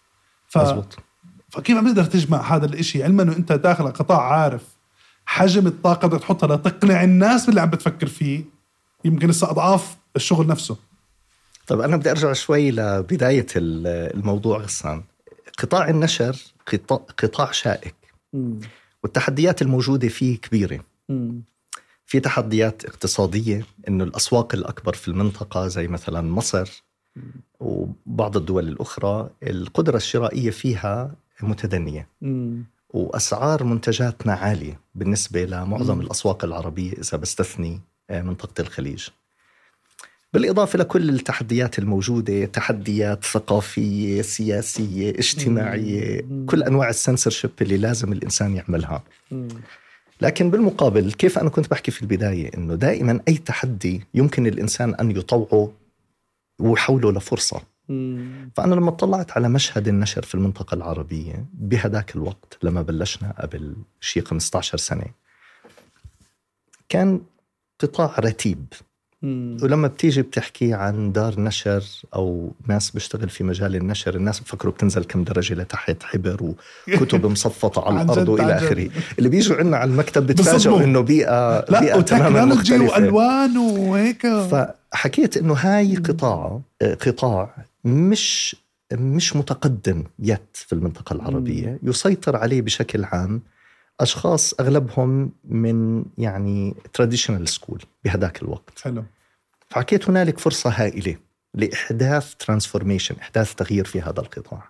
فكيف عم تقدر تجمع هذا الاشي، علما أنه أنت داخل قطاع عارف حجم الطاقة بدك تحطها لتقنع الناس باللي عم بتفكر فيه، يمكن لسه أضعاف الشغل نفسه. طب أنا بدي أرجع شوي لبداية الموضوع غسان. قطاع النشر قطاع شائك، والتحديات الموجودة فيه كبيرة. في تحديات اقتصادية، إنه الأسواق الأكبر في المنطقة زي مثلا مصر وبعض الدول الأخرى القدرة الشرائية فيها متدنية، وأسعار منتجاتنا عالية بالنسبة لمعظم الأسواق العربية إذا بستثني منطقة الخليج. بالإضافة لكل التحديات الموجودة، تحديات ثقافية سياسية اجتماعية، كل أنواع السنسورشيب اللي لازم الإنسان يعملها. لكن بالمقابل كيف أنا كنت بحكي في البداية إنه دائما أي تحدي يمكن الإنسان أن يطوعه ويحوله لفرصة. فأنا لما طلعت على مشهد النشر في المنطقة العربية بهداك الوقت لما بلشنا قبل شيء 15 سنة، كان قطاع رتيب. ولما بتيجي بتحكي عن دار نشر أو ناس بيشتغل في مجال النشر، الناس بفكروا بتنزل كم درجة لتحت، حبر وكتب مصفطة على الأرض وإلى آخره. اللي بيجوا عنا على المكتب بتفاجئوا إنه بيئة تماما مختلفة وألوان وهيك. فحكيت إنه هاي قطاع مش متقدم يت في المنطقة العربية، يسيطر عليه بشكل عام أشخاص أغلبهم من يعني traditional school بهداك الوقت. حلو. فحكيت هنالك فرصة هائلة لإحداث transformation، إحداث تغيير في هذا القطاع.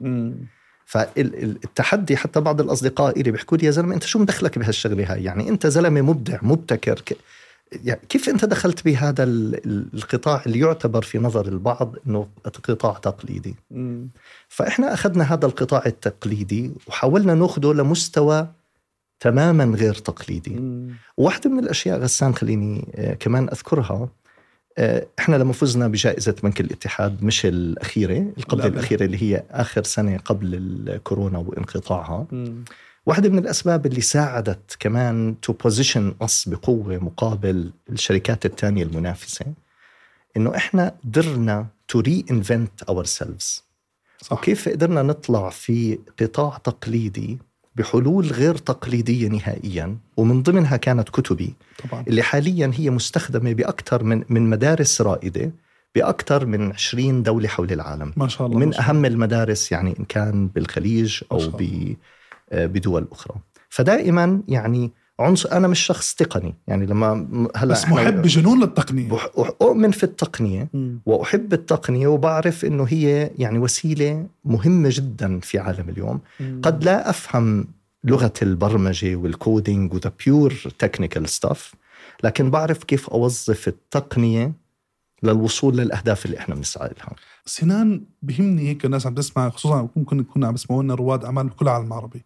فالتحدي حتى بعض الأصدقاء اللي بيحكوا لي يا زلمة أنت شو مدخلك بهالشغلة هاي؟ يعني أنت زلمة مبدع مبتكر، يعني كيف أنت دخلت بهذا القطاع اللي يعتبر في نظر البعض أنه قطاع تقليدي؟ فإحنا أخذنا هذا القطاع التقليدي وحاولنا نأخذه لمستوى تماما غير تقليدي. واحدة من الأشياء غسان خليني كمان أذكرها، إحنا لما فزنا بجائزة بنك الاتحاد، مش الأخيرة، قبل الأخيرة اللي هي آخر سنة قبل الكورونا وانقطاعها، واحدة من الأسباب اللي ساعدت كمان to position us بقوة مقابل الشركات التانية المنافسة، إنه إحنا قدرنا to reinvent ourselves. وكيف قدرنا نطلع في قطاع تقليدي بحلول غير تقليدية نهائيا، ومن ضمنها كانت كتبي طبعا، اللي حاليا هي مستخدمة بأكثر من مدارس رائدة بأكثر من 20 دولة حول العالم. ما شاء الله. من أهم المدارس يعني إن كان بالخليج أو بدول أخرى. فدائما يعني أنا مش شخص تقني، يعني لما هلا بس محب جنون للتقنية، أؤمن في التقنية وأحب التقنية، وبعرف إنه هي يعني وسيلة مهمة جدا في عالم اليوم. قد لا أفهم لغة البرمجة والكودينج وذا بيور تكنيكال ستاف، لكن بعرف كيف أوظف التقنية للوصول للأهداف اللي إحنا بنسعى لها. سنان بهمني هيك الناس عم تسمع، خصوصا ممكن كنا عم يسمعونا رواد أعمال بكل العالم العربي،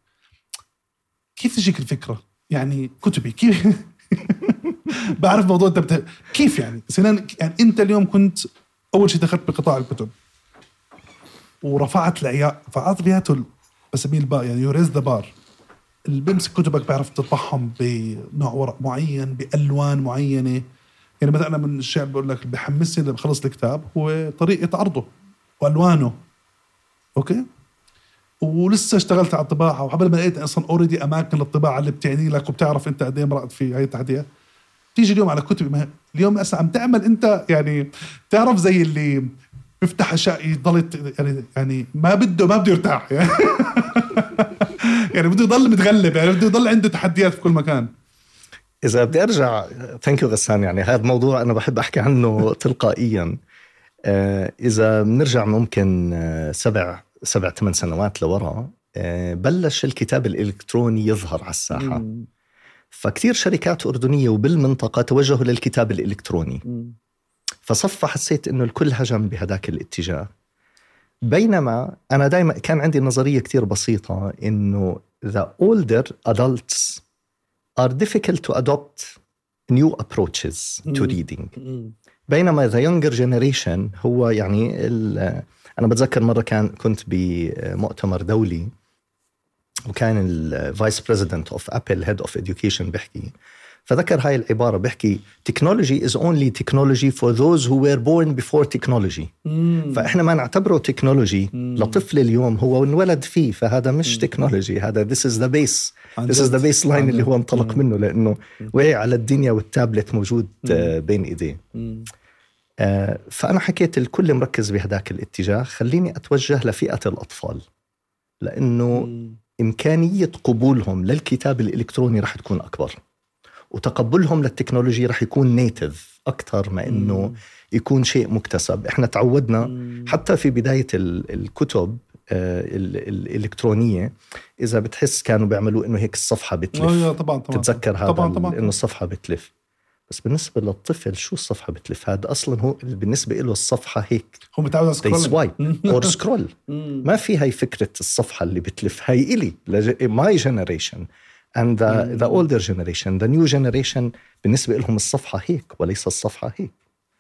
كيف تجيك الفكرة؟ يعني كتبي كيف بعرف موضوع انت كيف يعني سنان، يعني انت اليوم كنت اول شيء دخلت بقطاع الكتب ورفعت رفعت بياته بسميه البار، يعني يوريز ذا بار. اللي بيمسك كتبك بيعرف تطبعهم بنوع ورق معين بألوان معينة. يعني مثلا أنا من الشيء بقول لك بحمسني لما بخلص الكتاب هو طريقة عرضه وألوانه. أوكي. ولسه اشتغلت على الطباعة، وقبل ما لقيت أصلا أوريدي أماكن للطباعة اللي بتعني لك وبتعرف أنت قد إيه مرقت في هاي التحديات، تيجي اليوم على كتب اليوم أصلا عم تعمل أنت يعني تعرف زي اللي بيفتح أشياء يضل يعني ما بده يرتاح يعني يعني بده يضل متغلب، يعني بده يضل عنده تحديات في كل مكان. إذا بدي أرجع ثانك يو غسان، يعني هذا الموضوع أنا بحب أحكي عنه تلقائيا. إذا بنرجع ممكن 7-8 سنوات لورا، بلش الكتاب الإلكتروني يظهر على الساحة. فكتير شركات أردنية وبالمنطقة توجهوا للكتاب الإلكتروني. فصفى حسيت إنه الكل هجم بهداك الاتجاه. بينما أنا دايما كان عندي نظرية كتير بسيطة إنه the older adults are difficult to adopt new approaches to reading. بينما the younger generation هو يعني أنا بتذكر مرة كنت بمؤتمر دولي، وكان الفايس بريزيدنت اوف ابل هيد اوف education بيحكي، فذكر هاي العبارة بيحكي technology is only technology for those who were born before technology. فإحنا ما نعتبره تكنولوجي لطفل اليوم هو انولد فيه، فهذا مش تكنولوجي، هذا this is the base line اللي هو انطلق منه، لأنه وعي على الدنيا والتابلت موجود بين إيديه. فأنا حكيت الكل مركز بهداك الاتجاه، خليني أتوجه لفئة الأطفال، لأنه إمكانية قبولهم للكتاب الإلكتروني رح تكون أكبر، وتقبلهم للتكنولوجيا رح يكون نيتيف أكتر ما إنه يكون شيء مكتسب. إحنا تعودنا حتى في بداية الكتب الإلكترونية، إذا بتحس كانوا بيعملوا إنه هيك الصفحة بتلف. طبعاً. تتذكر هذا طبعاً. إنه الصفحة بتلف. بس بالنسبة للطفل شو الصفحة بتلف؟ هذا أصلاً هو بالنسبة له الصفحة هيك، هو متعود سوايب أو سكرول. ما في هاي فكرة الصفحة اللي بتلف. هاي إلي my generation and the older generation, the new generation بالنسبة لهم الصفحة هيك وليس الصفحة هيك.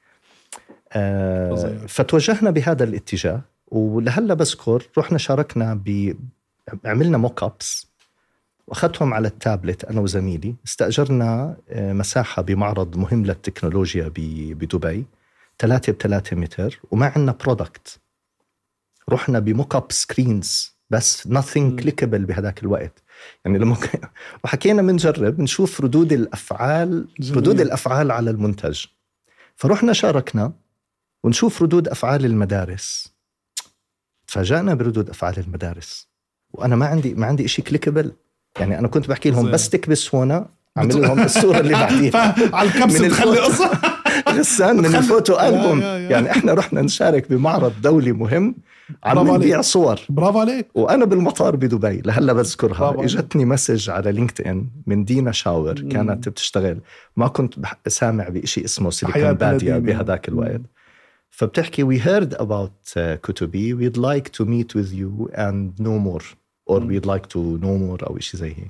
فتوجهنا بهذا الاتجاه. ولهلا بذكر رحنا شاركنا عملنا موك أبس وأخذتهم على التابلت أنا وزميلي، استأجرنا مساحة بمعرض مهم للتكنولوجيا بدبي 3 متر، وما عندنا برودكت. رحنا بموك أب سكرينز بس nothing clickable بهذاك الوقت يعني لما وحكينا منجرب نشوف ردود الأفعال على المنتج. فرحنا شاركنا ونشوف ردود أفعال المدارس، تفاجأنا بردود أفعال المدارس. وأنا ما عندي إشي كليكبل، يعني أنا كنت بحكي لهم بس تكبس هنا أعمل لهم الصورة اللي بعديها على الكبس تخلي قصة غسان من الفوتو ألبوم. يعني إحنا رحنا نشارك بمعرض دولي مهم عم نبيع صور. برافو عليك. وأنا بالمطار بدبي لهلا بذكرها، اجتني مسج على لينكد إن من دينا شاور كانت بتشتغل، ما كنت سامع بشيء اسمه سيليكون باديا بهذاك الوقت. فبتحكي we heard about كتبي, we'd like to meet with you and know more or we'd like to know more أو إشي زي هيك.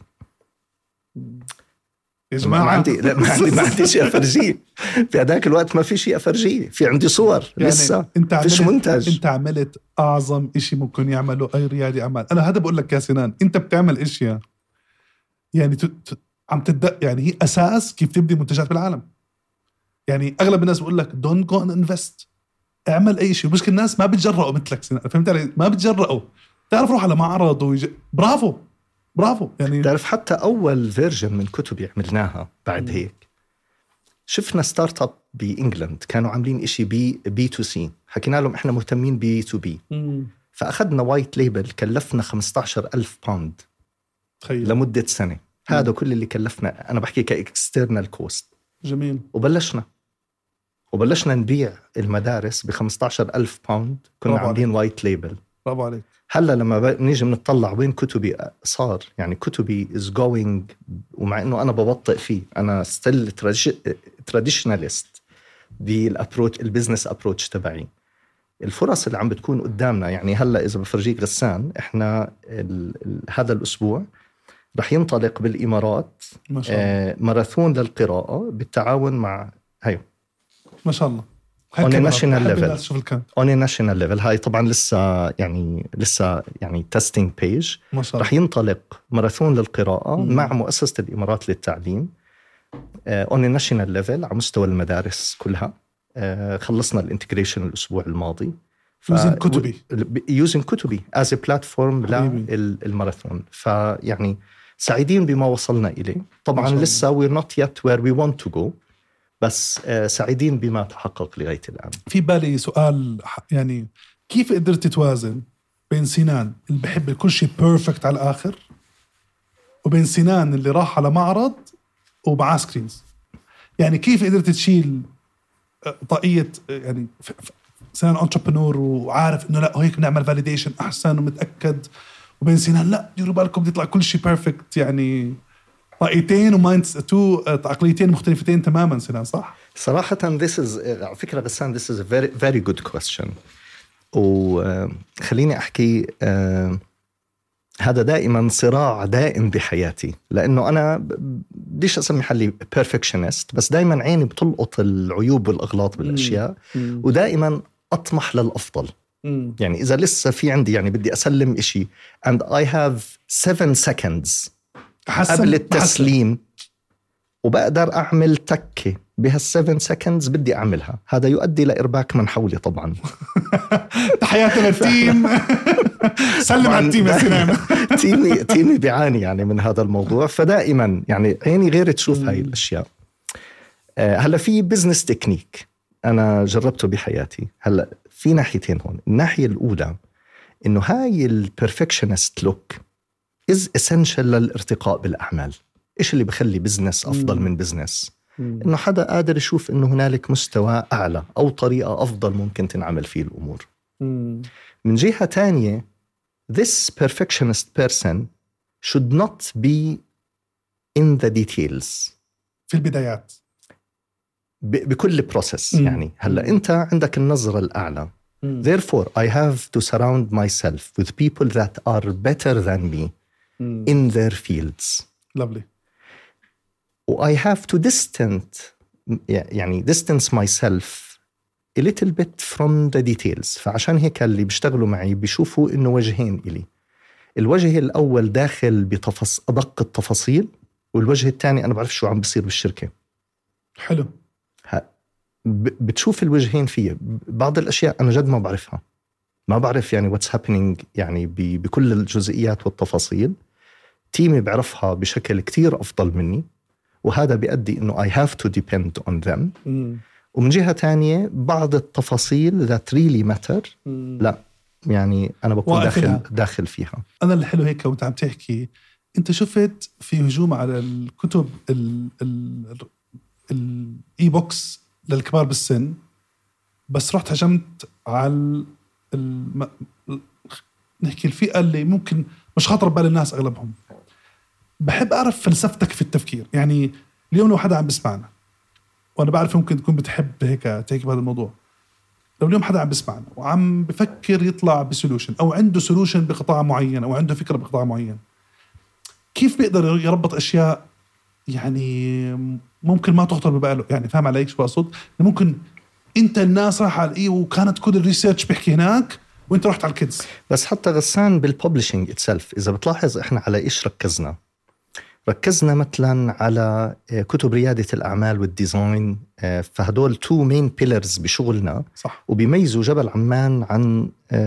ما عندي شيء أفرجيه في هذاك الوقت، ما في شيء أفرجيه، في عندي صور يعني لسه فيش منتج. أنت عملت أعظم إشي ممكن يعمله أي ريادي أعمال. أنا هذا بقول لك يا سنان، أنت بتعمل إشياء يعني عم يعني هي أساس كيف تبدي منتجات بالعالم. يعني أغلب الناس بقول لك don't go and invest، اعمل أي شيء. مشكلة الناس ما بتجرأوا مثلك سنان، فهمت علي؟ ما بتجرأوا، تعرف روح على معرض برافو يعني. تعرف حتى أول فيرجن من كتبي عملناها بعد هيك، شفنا ستارت اب بإنجلند كانوا عاملين إشي بي تو سي، حكينا لهم إحنا مهتمين بي تو بي، فأخذنا وايت ليبل كلفنا 15,000 باوند لمدة سنة. هذا كل اللي كلفنا، أنا بحكي كإكسترنال كوست. جميل. وبلشنا نبيع المدارس ب15,000 باوند، كنا عاملين وايت ليبل. برافو عليك. هلا لما نيجي بنطلع وين كتبي صار، يعني كتبي is going، ومع انه انا ببطئ فيه، انا still traditionalist بالابروتش البزنس ابروتش تبعي. الفرص اللي عم بتكون قدامنا، يعني هلا اذا بفرجيك غسان، احنا هذا الاسبوع رح ينطلق بالامارات ماراثون للقراءه بالتعاون مع ما شاء الله on a national level. هاي طبعا لسه يعني testing page. رح ينطلق ماراثون للقراءة مع مؤسسة الإمارات للتعليم on a national level على مستوى المدارس كلها. خلصنا الانتجريشن الأسبوع الماضي using كتبي as a platform للماراثون. فيعني سعيدين بما وصلنا إليه. طبعا لسه we're not yet where we want to go, بس سعيدين بما تحقق لغاية الآن. في بالي سؤال، يعني كيف قدرت توازن بين سنان اللي بحب كل شيء بيرفكت على الآخر وبين سنان اللي راح على معرض ومعاه سكرينز؟ يعني كيف قدرت تشيل طاقية يعني سنان انتربرنور وعارف انه لا هيك بنعمل فاليديشن احسن ومتاكد، وبين سنان لا ديروا بالكم بدي يطلع كل شيء بيرفكت؟ يعني طاقيتين ومايندز عقليتين مختلفتين تماما سنان، صح؟ صراحة على فكرة غسان this is a very very good question. وخليني أحكي هذا دائما صراع دائم بحياتي، لأنه أنا بديش أسمي حالي perfectionist، بس دائما عيني بتلقط العيوب والأغلاط بالأشياء ودائما أطمح للأفضل. يعني إذا لسه في عندي يعني بدي أسلم إشي and I have 7 seconds قبل التسليم وبقدر أعمل تكة بها7 seconds بدي أعملها، هذا يؤدي لإرباك من حولي طبعا. تحياتنا التيم. سلم على التيم يا سنان. تيمي بيعاني يعني من هذا الموضوع، فدائما يعني عيني غير تشوف هاي الأشياء. هلا في بزنس تكنيك أنا جربته بحياتي. هلا في ناحيتين هون. الناحية الأولى إنه هاي البرفكشنست لوك is essential للارتقاء بالأعمال. إيش اللي بخلي بزنس أفضل من بزنس؟ إنه حدا قادر يشوف إنه هنالك مستوى أعلى أو طريقة أفضل ممكن تنعمل فيه الأمور. من جهة تانية this perfectionist person should not be in the details في البدايات بكل process. يعني هلأ أنت عندك النظرة الأعلى. Therefore I have to surround myself with people that are better than me in their fields. Lovely. I have to distance myself a little bit from the details. فعشان هيك اللي بيشتغلوا معي بيشوفوا إنه وجهين إلي. الوجه الأول داخل أدق التفاصيل، والوجه الثاني أنا بعرف شو عم بيصير بالشركة. حلو. بتشوف الوجهين فيه. بعض الأشياء أنا جد ما بعرفها، ما بعرف يعني what's happening يعني بكل الجزئيات والتفاصيل. تيمي بعرفها بشكل كتير أفضل مني، وهذا بيؤدي إنه I have to depend on them. ومن جهة تانية بعض التفاصيل that really matter لا يعني أنا بكون داخل فيها. أنا اللي حلو هيك وأنت عم تحكي، أنت شفت في هجوم على الكتب الإي بوكس للكبار بالسن، بس رحت هجمت على نحكي الفئة اللي ممكن مش خاطر ببال الناس أغلبهم. بحب أعرف فلسفتك في التفكير. يعني اليوم لو حدا عم بسمعنا، وأنا بعرف ممكن تكون بتحب هيك تحكي بهذا الموضوع، لو اليوم حدا عم بسمعنا وعم بفكر يطلع بسولوشن أو عنده سولوشن بقطاع معين أو عنده فكرة بقطاع معين، كيف بيقدر يربط أشياء يعني ممكن ما تخطر بباله؟ يعني فاهم عليك شو أقصد؟ ممكن أنت الناس راح على الإيه وكانت كل الريسيرش بيحكي هناك وأنت رحت على الكيدز. بس حتى غسان بالببلشنج اتسلف إذا بتلاحظ إحنا على إيش ركزنا مثلا على كتب ريادة الأعمال والديزاين، فهدول 2 main pillars بشغلنا. صح. وبيميزوا جبل عمان عن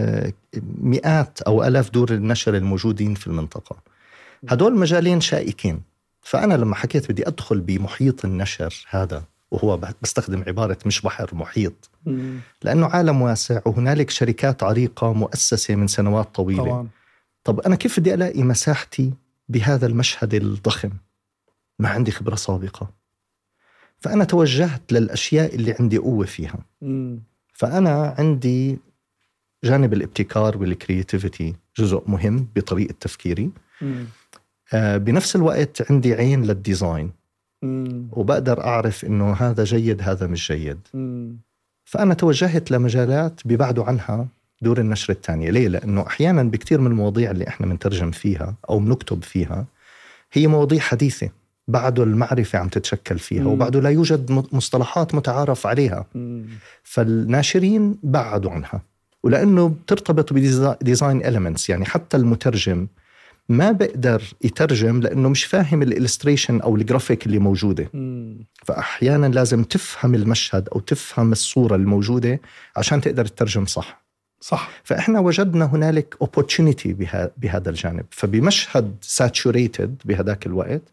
مئات أو آلاف دور النشر الموجودين في المنطقة. هدول مجالين شائكين. فأنا لما حكيت بدي أدخل بمحيط النشر هذا، وهو بستخدم عبارة مش بحر، محيط، لأنه عالم واسع وهنالك شركات عريقة مؤسسة من سنوات طويلة طبعا. طب أنا كيف بدي ألاقي مساحتي بهذا المشهد الضخم؟ ما عندي خبرة سابقة. فأنا توجهت للأشياء اللي عندي قوة فيها. فأنا عندي جانب الابتكار والكرياتيفيتي جزء مهم بطريقة تفكيري. بنفس الوقت عندي عين للديزاين، وبقدر أعرف إنه هذا جيد هذا مش جيد. فأنا توجهت لمجالات ببعدوا عنها دور النشر الثانية. ليه؟ لأنه أحيانا بكتير من المواضيع اللي إحنا منترجم فيها أو منكتب فيها هي مواضيع حديثة، بعده المعرفة عم تتشكل فيها وبعده لا يوجد مصطلحات متعارف عليها. فالناشرين بعدوا عنها، ولأنه بترتبط بديزاين إليمنتس. يعني حتى المترجم ما بقدر يترجم لأنه مش فاهم الإلستريشن أو الجرافيك اللي موجودة. فأحيانا لازم تفهم المشهد أو تفهم الصورة الموجودة عشان تقدر تترجم صح. فإحنا وجدنا هنالك opportunity بهذا الجانب. فبمشهد saturated بهذاك الوقت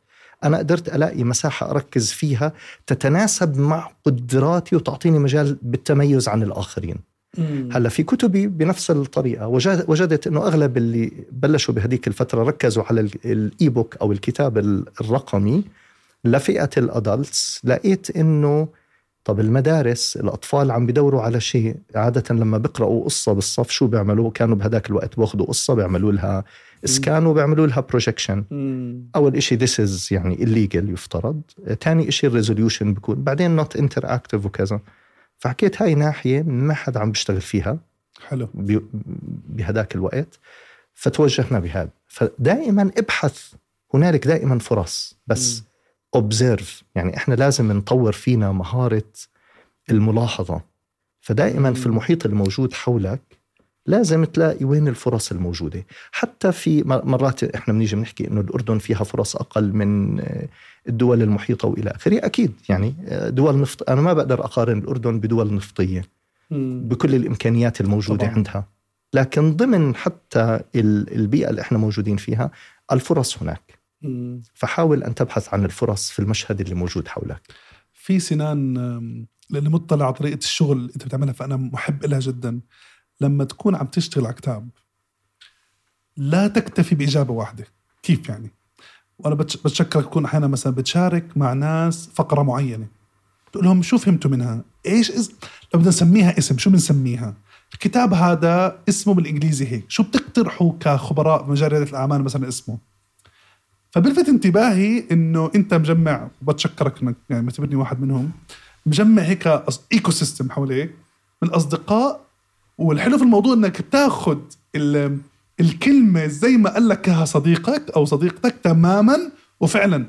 أنا قدرت ألاقي مساحة أركز فيها تتناسب مع قدراتي وتعطيني مجال بالتميز عن الآخرين. هلا في كتبي بنفس الطريقة وجدت أنه أغلب اللي بلشوا بهديك الفترة ركزوا على الإيبوك أو الكتاب الرقمي لفئة الأدلتس. لقيت أنه طب المدارس الأطفال عم بيدوروا على شيء. عادة لما بيقرأوا قصة بالصف شو بيعملوا؟ كانوا بهداك الوقت باخدوا قصة بيعملوا لها اسكان وبيعملوا لها بروجيكشن. أول إشي this is يعني illegal يفترض. تاني إشي الريزوليوشن بيكون، بعدين not interactive وكذا. فحكيت هاي ناحية ما حد عم بيشتغل فيها حلو بهداك الوقت، فتوجهنا بهذا. فدائما ابحث، هنالك دائما فرص، بس observe. يعني احنا لازم نطور فينا مهارة الملاحظة. فدائما في المحيط الموجود حولك لازم تلاقي وين الفرص الموجودة. حتى في مرات احنا بنيجي بنحكي انه الأردن فيها فرص أقل من الدول المحيطة وإلى آخره. أكيد يعني دول نفط، أنا ما بقدر أقارن الأردن بدول نفطية بكل الإمكانيات الموجودة طبعا عندها، لكن ضمن حتى البيئة اللي احنا موجودين فيها الفرص هناك. فحاول أن تبحث عن الفرص في المشهد اللي موجود حولك. في سنان اللي مطلع على طريقة الشغل اللي أنت بتعملها، فأنا محب لها جدا. لما تكون عم تشتغل على كتاب لا تكتفي بإجابة واحدة. كيف يعني؟ وأنا بتشكرك تكون أحيانا مثلا بتشارك مع ناس فقرة معينة، تقول لهم شو فهمتوا منها؟ إيش لو بدنا نسميها اسم شو بنسميها؟ الكتاب هذا اسمه بالإنجليزي هيك، شو بتقترحوا كخبراء بمجال ريادة الأعمال مثلا اسمه؟ فبلفت انتباهي إنه أنت مجمع، وبتشكرك إنك يعني تبني واحد منهم، مجمع هيك إيكو سيستم حواليك من الأصدقاء. والحلو في الموضوع إنك بتاخد الكلمة زي ما قال لك إياها صديقك أو صديقتك تماما وفعلا.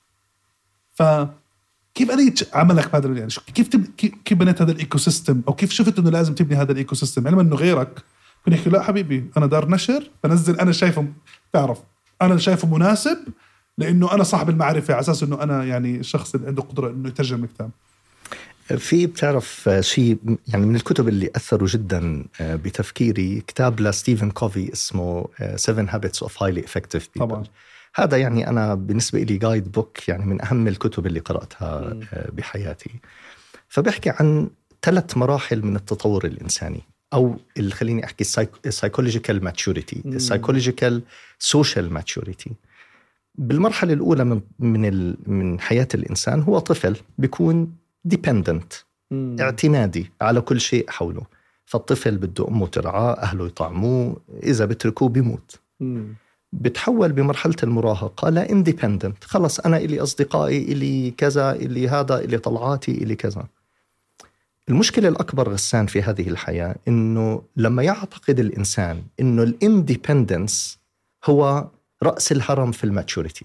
فكيف قريت عملك بعد يعني كيف بنيت هذا الإيكو سيستم، أو كيف شفت إنه لازم تبني هذا الإيكو سيستم؟ علما إنه غيرك كن يحكي لا حبيبي أنا دار نشر بنزل أنا شايفه، تعرف أنا شايفه مناسب لأنه أنا صاحب المعرفة، على أساس إنه أنا يعني الشخص اللي عنده قدرة إنه يترجم الكتاب. في بتعرف شيء يعني من الكتب اللي أثروا جدا بتفكيري، كتاب لستيفن كوفي اسمه 7 Habits of Highly Effective People. طبعا. هذا يعني أنا بالنسبة لي جايد بوك، يعني من أهم الكتب اللي قرأتها بحياتي. فبحكي عن 3 مراحل من التطور الإنساني، أو اللي خليني أحكي psychological maturity، psychological social maturity. بالمرحلة الأولى من حياة الإنسان هو طفل بيكون dependent، اعتمادي على كل شيء حوله. فالطفل بده أمه ترعاه، أهله يطعموه، إذا بتركوه بيموت. بتحول بمرحلة المراهقة لا independent، خلص أنا إلي أصدقائي، إلي كذا، إلي هذا، إلي طلعاتي، إلي كذا. المشكلة الأكبر غسان في هذه الحياة إنه لما يعتقد الإنسان إنه الإنديبندنس هو رأس الهرم في الماتشوريتي،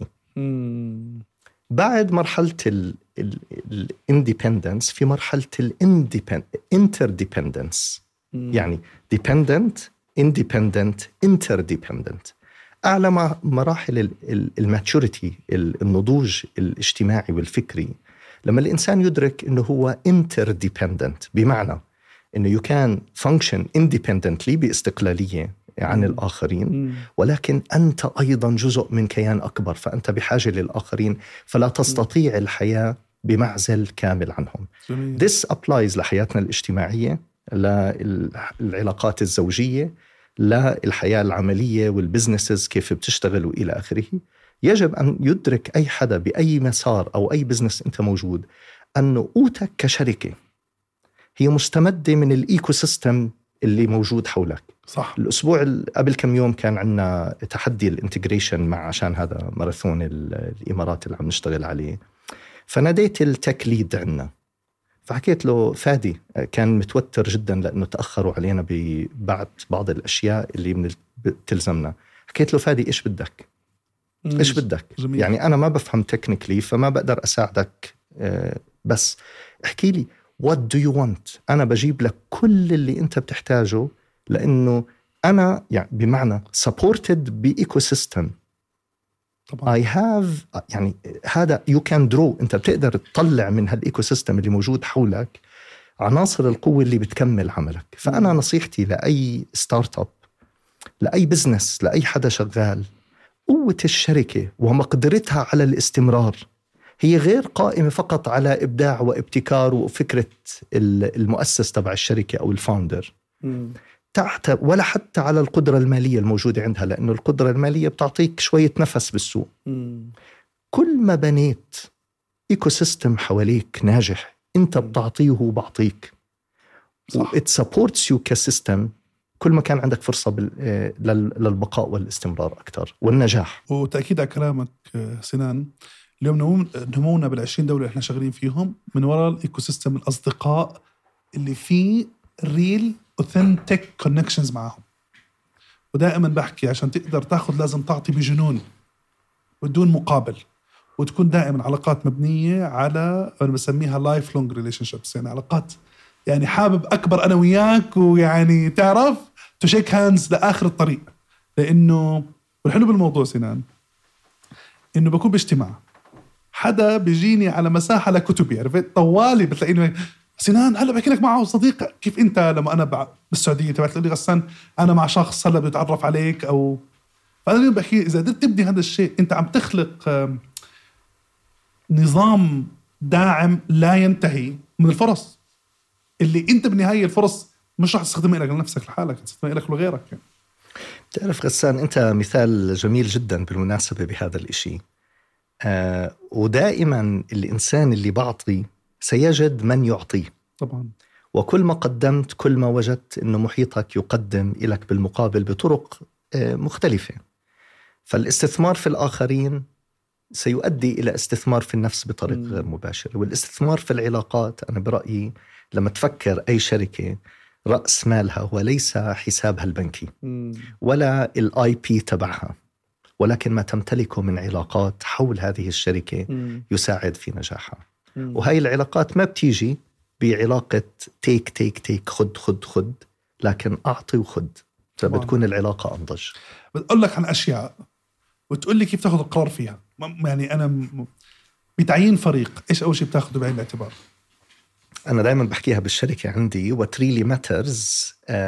بعد مرحلة الانديبندنس في مرحلة الانترديبندنس. يعني dependent independent interdependent. أعلى مراحل الماتشوريتي، النضوج الاجتماعي والفكري، لما الإنسان يدرك إنه هو interdependent، بمعنى إنه you can function independently باستقلالية عن الآخرين، ولكن أنت أيضا جزء من كيان أكبر، فأنت بحاجة للآخرين، فلا تستطيع الحياة بمعزل كامل عنهم. This applies لحياتنا الاجتماعية، للعلاقات الزوجية، للحياة العملية والبزنسز كيف بتشتغل وإلى آخره. يجب أن يدرك أي حدا بأي مسار أو أي بزنس أنت موجود أن قوتك كشركة هي مستمدة من الإيكو سيستم اللي موجود حولك. صح. الأسبوع قبل كم يوم كان عندنا تحدي الانتجريشن مع، عشان هذا ماراثون الإمارات اللي عم نشتغل عليه. فناديت التك ليد عنا، فحكيت له فادي، كان متوتر جدا لأنه تأخروا علينا بعض الأشياء اللي بتلزمنا. حكيت له فادي إيش بدك؟ إيش بدك؟ جميل. يعني أنا ما بفهم تكنيكلي فما بقدر أساعدك، بس احكي لي what do you want. أنا بجيب لك كل اللي أنت بتحتاجه، لأنه أنا يعني بمعنى supported بإيكوسيستم. I have يعني هذا you can draw، أنت بتقدر تطلع من هالإيكوسيستم اللي موجود حولك عناصر القوة اللي بتكمل عملك. فأنا نصيحتي لأي ستارت اب، لأي بزنس، لأي حدا شغال، قوة الشركة ومقدرتها على الاستمرار هي غير قائمة فقط على إبداع وابتكار وفكرة المؤسس تبع الشركة أو الفاوندر، ولا حتى على القدرة المالية الموجودة عندها، لأنه القدرة المالية بتعطيك شوية نفس بالسوق. كل ما بنيت إيكو سيستم حواليك ناجح، أنت بتعطيه وبعطيك، وإت سابورتس يو كسيستم، كل ما كان عندك فرصة للبقاء والاستمرار أكتر والنجاح. وتأكيد على كلامك سنان، اليوم نمونا بال20 دولة اللي احنا شغالين فيهم من وراء الإيكو سيستم، الأصدقاء اللي فيه ريل أوثنتيك كونكشنز معهم. ودائما بحكي عشان تقدر تاخذ لازم تعطي بجنون بدون مقابل، وتكون دائما علاقات مبنية على أنا بسميها لايف لونج ريليشنشيبس، يعني علاقات يعني حابب أكبر أنا وياك، ويعني تعرف تشيك هاندز لآخر الطريق. لأنه والحلو بالموضوع سنان إنه بكون باجتماع حدا بيجيني على مساحة لكتبي، عرفت طوالي بتلاقيني سنان هلا بحكي لك معه صديق كيف أنت، لما أنا بالسعودية تبعت لي غسان أنا مع شخص هلا بيتعرف عليك، أو فأنا اليوم بحكي إذا قدرت تبني هذا الشيء أنت عم تخلق نظام داعم لا ينتهي من الفرص، اللي أنت بالنهاية الفرص مش رح تستخدمها لك لنفسك لحالك، تستخدمها لك لغيرك يعني. تعرف غسان أنت مثال جميل جدا بالمناسبة بهذا الإشي. ودائما الإنسان اللي بعطي سيجد من يعطيه طبعا، وكل ما قدمت كل ما وجدت أنه محيطك يقدم لك بالمقابل بطرق مختلفة. فالاستثمار في الآخرين سيؤدي إلى استثمار في النفس بطريقة غير مباشرة. والاستثمار في العلاقات أنا برأيي لما تفكر أي شركة رأس مالها هو ليس حسابها البنكي ولا الآي بي تبعها، ولكن ما تمتلكه من علاقات حول هذه الشركة يساعد في نجاحها. وهي العلاقات ما بتيجي بعلاقة تيك خد، لكن أعطي وخد، فبتكون العلاقة أنضج. بتقول لك عن أشياء وتقول لي كيف تاخذ القرار فيها. يعني أنا بتعيين فريق إيش أول شيء بتاخده بعين الاعتبار؟ أنا دائما بحكيها بالشركة عندي what really matters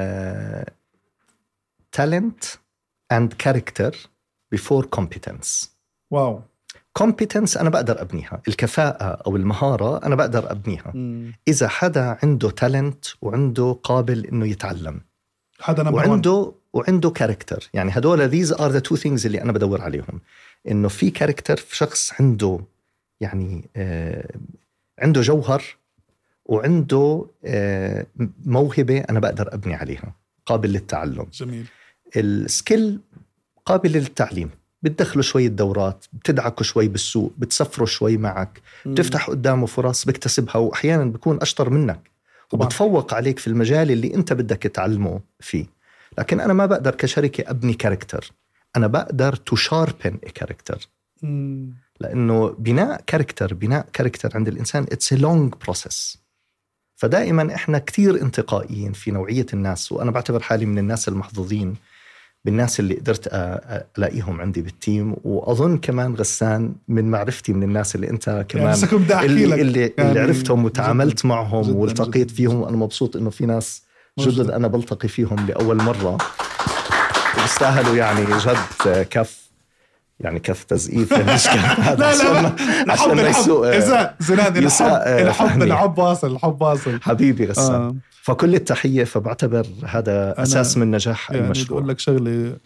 talent and character before competence. واو. competence أنا بقدر أبنيها، الكفاءة أو المهارة أنا بقدر أبنيها إذا حدا عنده talent وعنده قابل إنه يتعلم، حدا وعنده character. يعني هدول these are the two things اللي أنا بدور عليهم، إنه في character في شخص عنده يعني عنده جوهر وعنده موهبة أنا بقدر أبني عليها، قابل للتعلم. جميل. السكيل قابل للتعليم، بتدخله شوية دورات، بتدعكه شوي بالسوق، بتسفره شوي معك، بتفتح قدامه فرص بكتسبها، وأحيانا بيكون أشطر منك طبعا. وبتفوق عليك في المجال اللي أنت بدك تعلمه فيه. لكن أنا ما بقدر كشركة أبني كاركتر، أنا بقدر to sharpen a character. لأنه بناء كاركتر عند الإنسان it's a long process. فدائما إحنا كتير انتقائيين في نوعية الناس، وأنا بعتبر حالي من الناس المحظوظين بالناس اللي قدرت ألاقيهم عندي بالتيم. وأظن كمان غسان من معرفتي من الناس اللي أنت كمان يعني اللي عرفتهم وتعاملت معهم والتقيت فيهم، وأنا مبسوط إنه في ناس جدد أنا بلتقي فيهم لأول مرة وبيستاهلوا يعني جد كف تزقيف مش كف هذا. لا عشان ما يسوء زناد الحب واصل حبيبي غسان. فكل التحية. فبعتبر هذا أساس من نجاح يعني المشروع. أقول لك شغلة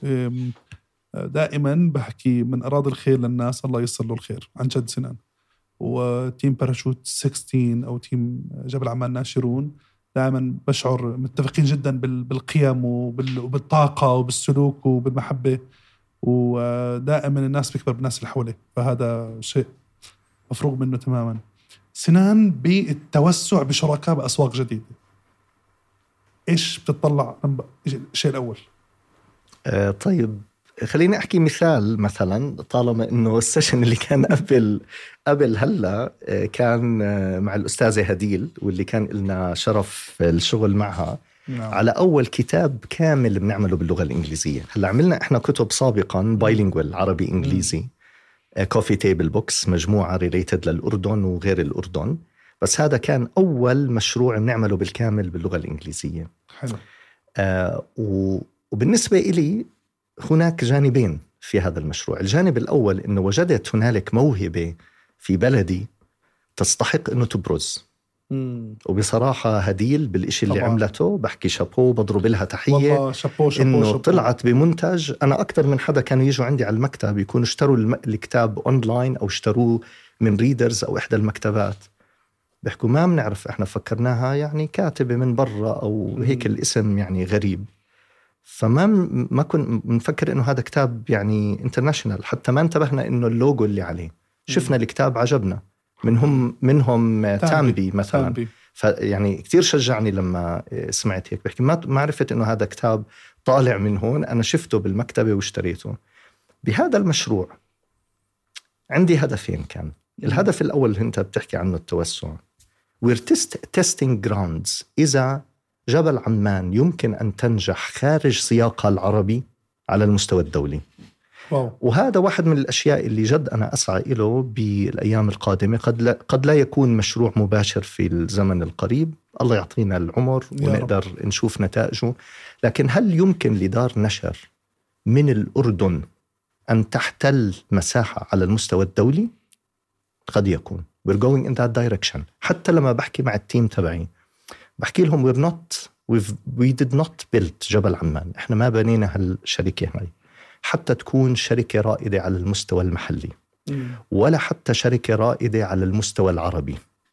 دائما بحكي من أراد الخير للناس الله يصل له الخير عن جد سنان. وتيم باراشوت 16 أو تيم جبل عمان ناشرون دائما بشعر متفقين جدا بالقيم وبالطاقة وبالسلوك وبالمحبة، ودائما الناس بيكبر بالناس اللي حوله، فهذا شيء مفروغ منه تماما. سنان بالتوسع بشركاء بأسواق جديدة، إيش بتطلع الشيء الأول؟ طيب خليني أحكي مثال. مثلا طالما إنه السيشن اللي كان قبل هلا كان مع الأستاذة هديل، واللي كان لنا شرف الشغل معها على أول كتاب كامل بنعمله باللغة الإنجليزية. هلا عملنا إحنا كتب سابقا بايلينغوال عربي إنجليزي، كوفي تيبل بوكس، مجموعة ريليتد للأردن وغير الأردن، بس هذا كان أول مشروع بنعمله بالكامل باللغة الإنجليزية. حلو. وبالنسبة إلي هناك جانبين في هذا المشروع. الجانب الأول أنه وجدت هنالك موهبة في بلدي تستحق أنه تبرز. وبصراحة هديل بالإشي اللي طبعاً. عملته بحكي شابو، بضرب لها تحية. والله شابو إنه طلعت بمنتج. أنا أكتر من حدا كانوا يجوا عندي على المكتب يكونوا اشتروا الكتاب أونلاين أو اشتروه من ريدرز أو إحدى المكتبات، بيحكوا ما بنعرف، إحنا فكرناها يعني كاتبة من برا أو هيك الاسم يعني غريب، ما كن منفكر إنه هذا كتاب يعني انترناشنال. حتى ما انتبهنا إنه اللوجو اللي عليه، شفنا الكتاب عجبنا، منهم تامبي مثلا. يعني كتير شجعني لما سمعت هيك، بحكي ما عرفت إنه هذا كتاب طالع من هون، أنا شفته بالمكتبة واشتريته. بهذا المشروع عندي هدفين كان. الهدف الأول اللي أنت بتحكي عنه التوسع. We're testing grounds. إذا جبل عمان يمكن أن تنجح خارج سياقها العربي على المستوى الدولي. واو. وهذا واحد من الأشياء اللي جد أنا أسعى إله بالأيام القادمة. قد لا يكون مشروع مباشر في الزمن القريب، الله يعطينا العمر ونقدر نشوف نتائجه، لكن هل يمكن لدار نشر من الأردن أن تحتل مساحة على المستوى الدولي؟ قد يكون. We're going in that direction. حتى لما بحكي مع التيم تبعي بحكي لهم we did not build جبل عمان. احنا ما بنينا هالشركة هاي حتى تكون شركة رائدة على المستوى المحلي ولا حتى شركة رائدة على المستوى العربي.